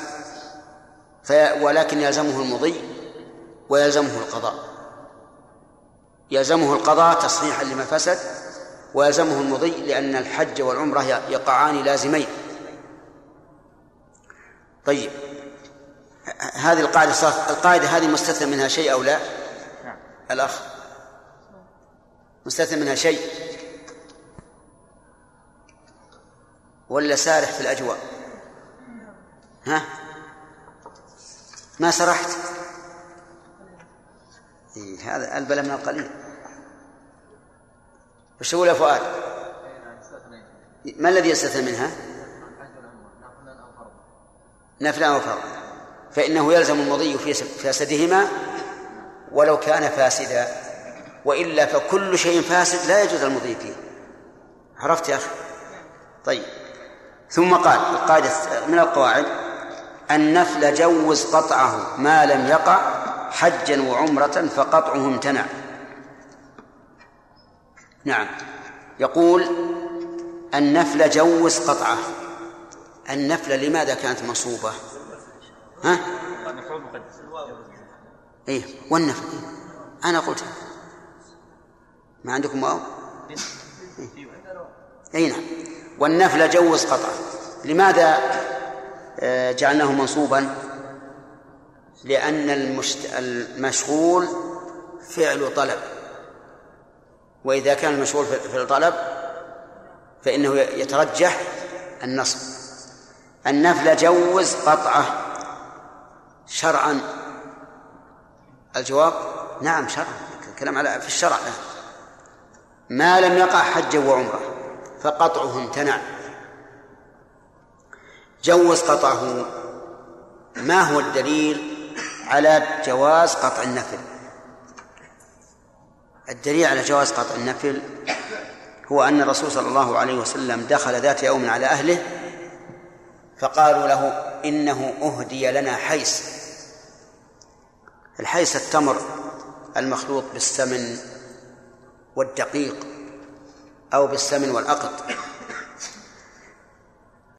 ولكن يلزمه المضي ويلزمه القضاء. يلزمه القضاء تصحيحا لما فسد، ويلزمه المضي لأن الحج والعمرة يقعان لازمين. طيب، هذه القاعدة هذه مستثنى منها شيء أو لا؟ الأخ مستثنى منها شيء ولا سارح في الأجواء؟ ها؟ ما سرحت؟ هذا البلاء من القليل. وش تقول يا فؤاد؟ ما الذي يستثنى منها؟ نفلا أو فرضا، فإنه يلزم المضي في فاسدهما ولو كان فاسدا، وإلا فكل شيء فاسد لا يجوز المضي فيه. عرفت يا أخي؟ طيب، ثم قال القاعدة من القواعد: النفل جوز قطعه ما لم يقع حجا وعمرة فقطعه امتنع. نعم، يقول النفل جوز قطعه. النفل لماذا كانت منصوبة؟ ها؟ إيه، والنفل أنا قلت ما عندكم واو؟ أي نعم، والنفل جوز قطعه. لماذا جعلناه منصوبا؟ لأن المشغول فعل طلب، وإذا كان المشغول فعل طلب فإنه يترجح النصب. النفل جوز قطعه شرعا. الجواب نعم شرعا، الكلام على في الشرع له. ما لم يقع حجا وعمره فقطعه امتنع. جوز قطعه. ما هو الدليل على جواز قطع النفل؟ الدليل على جواز قطع النفل هو أن الرسول صلى الله عليه وسلم دخل ذات يوم على أهله فقالوا له إنه أهدي لنا حيس. الحيس التمر المخلوط بالسمن والدقيق أو بالسمن والأقط،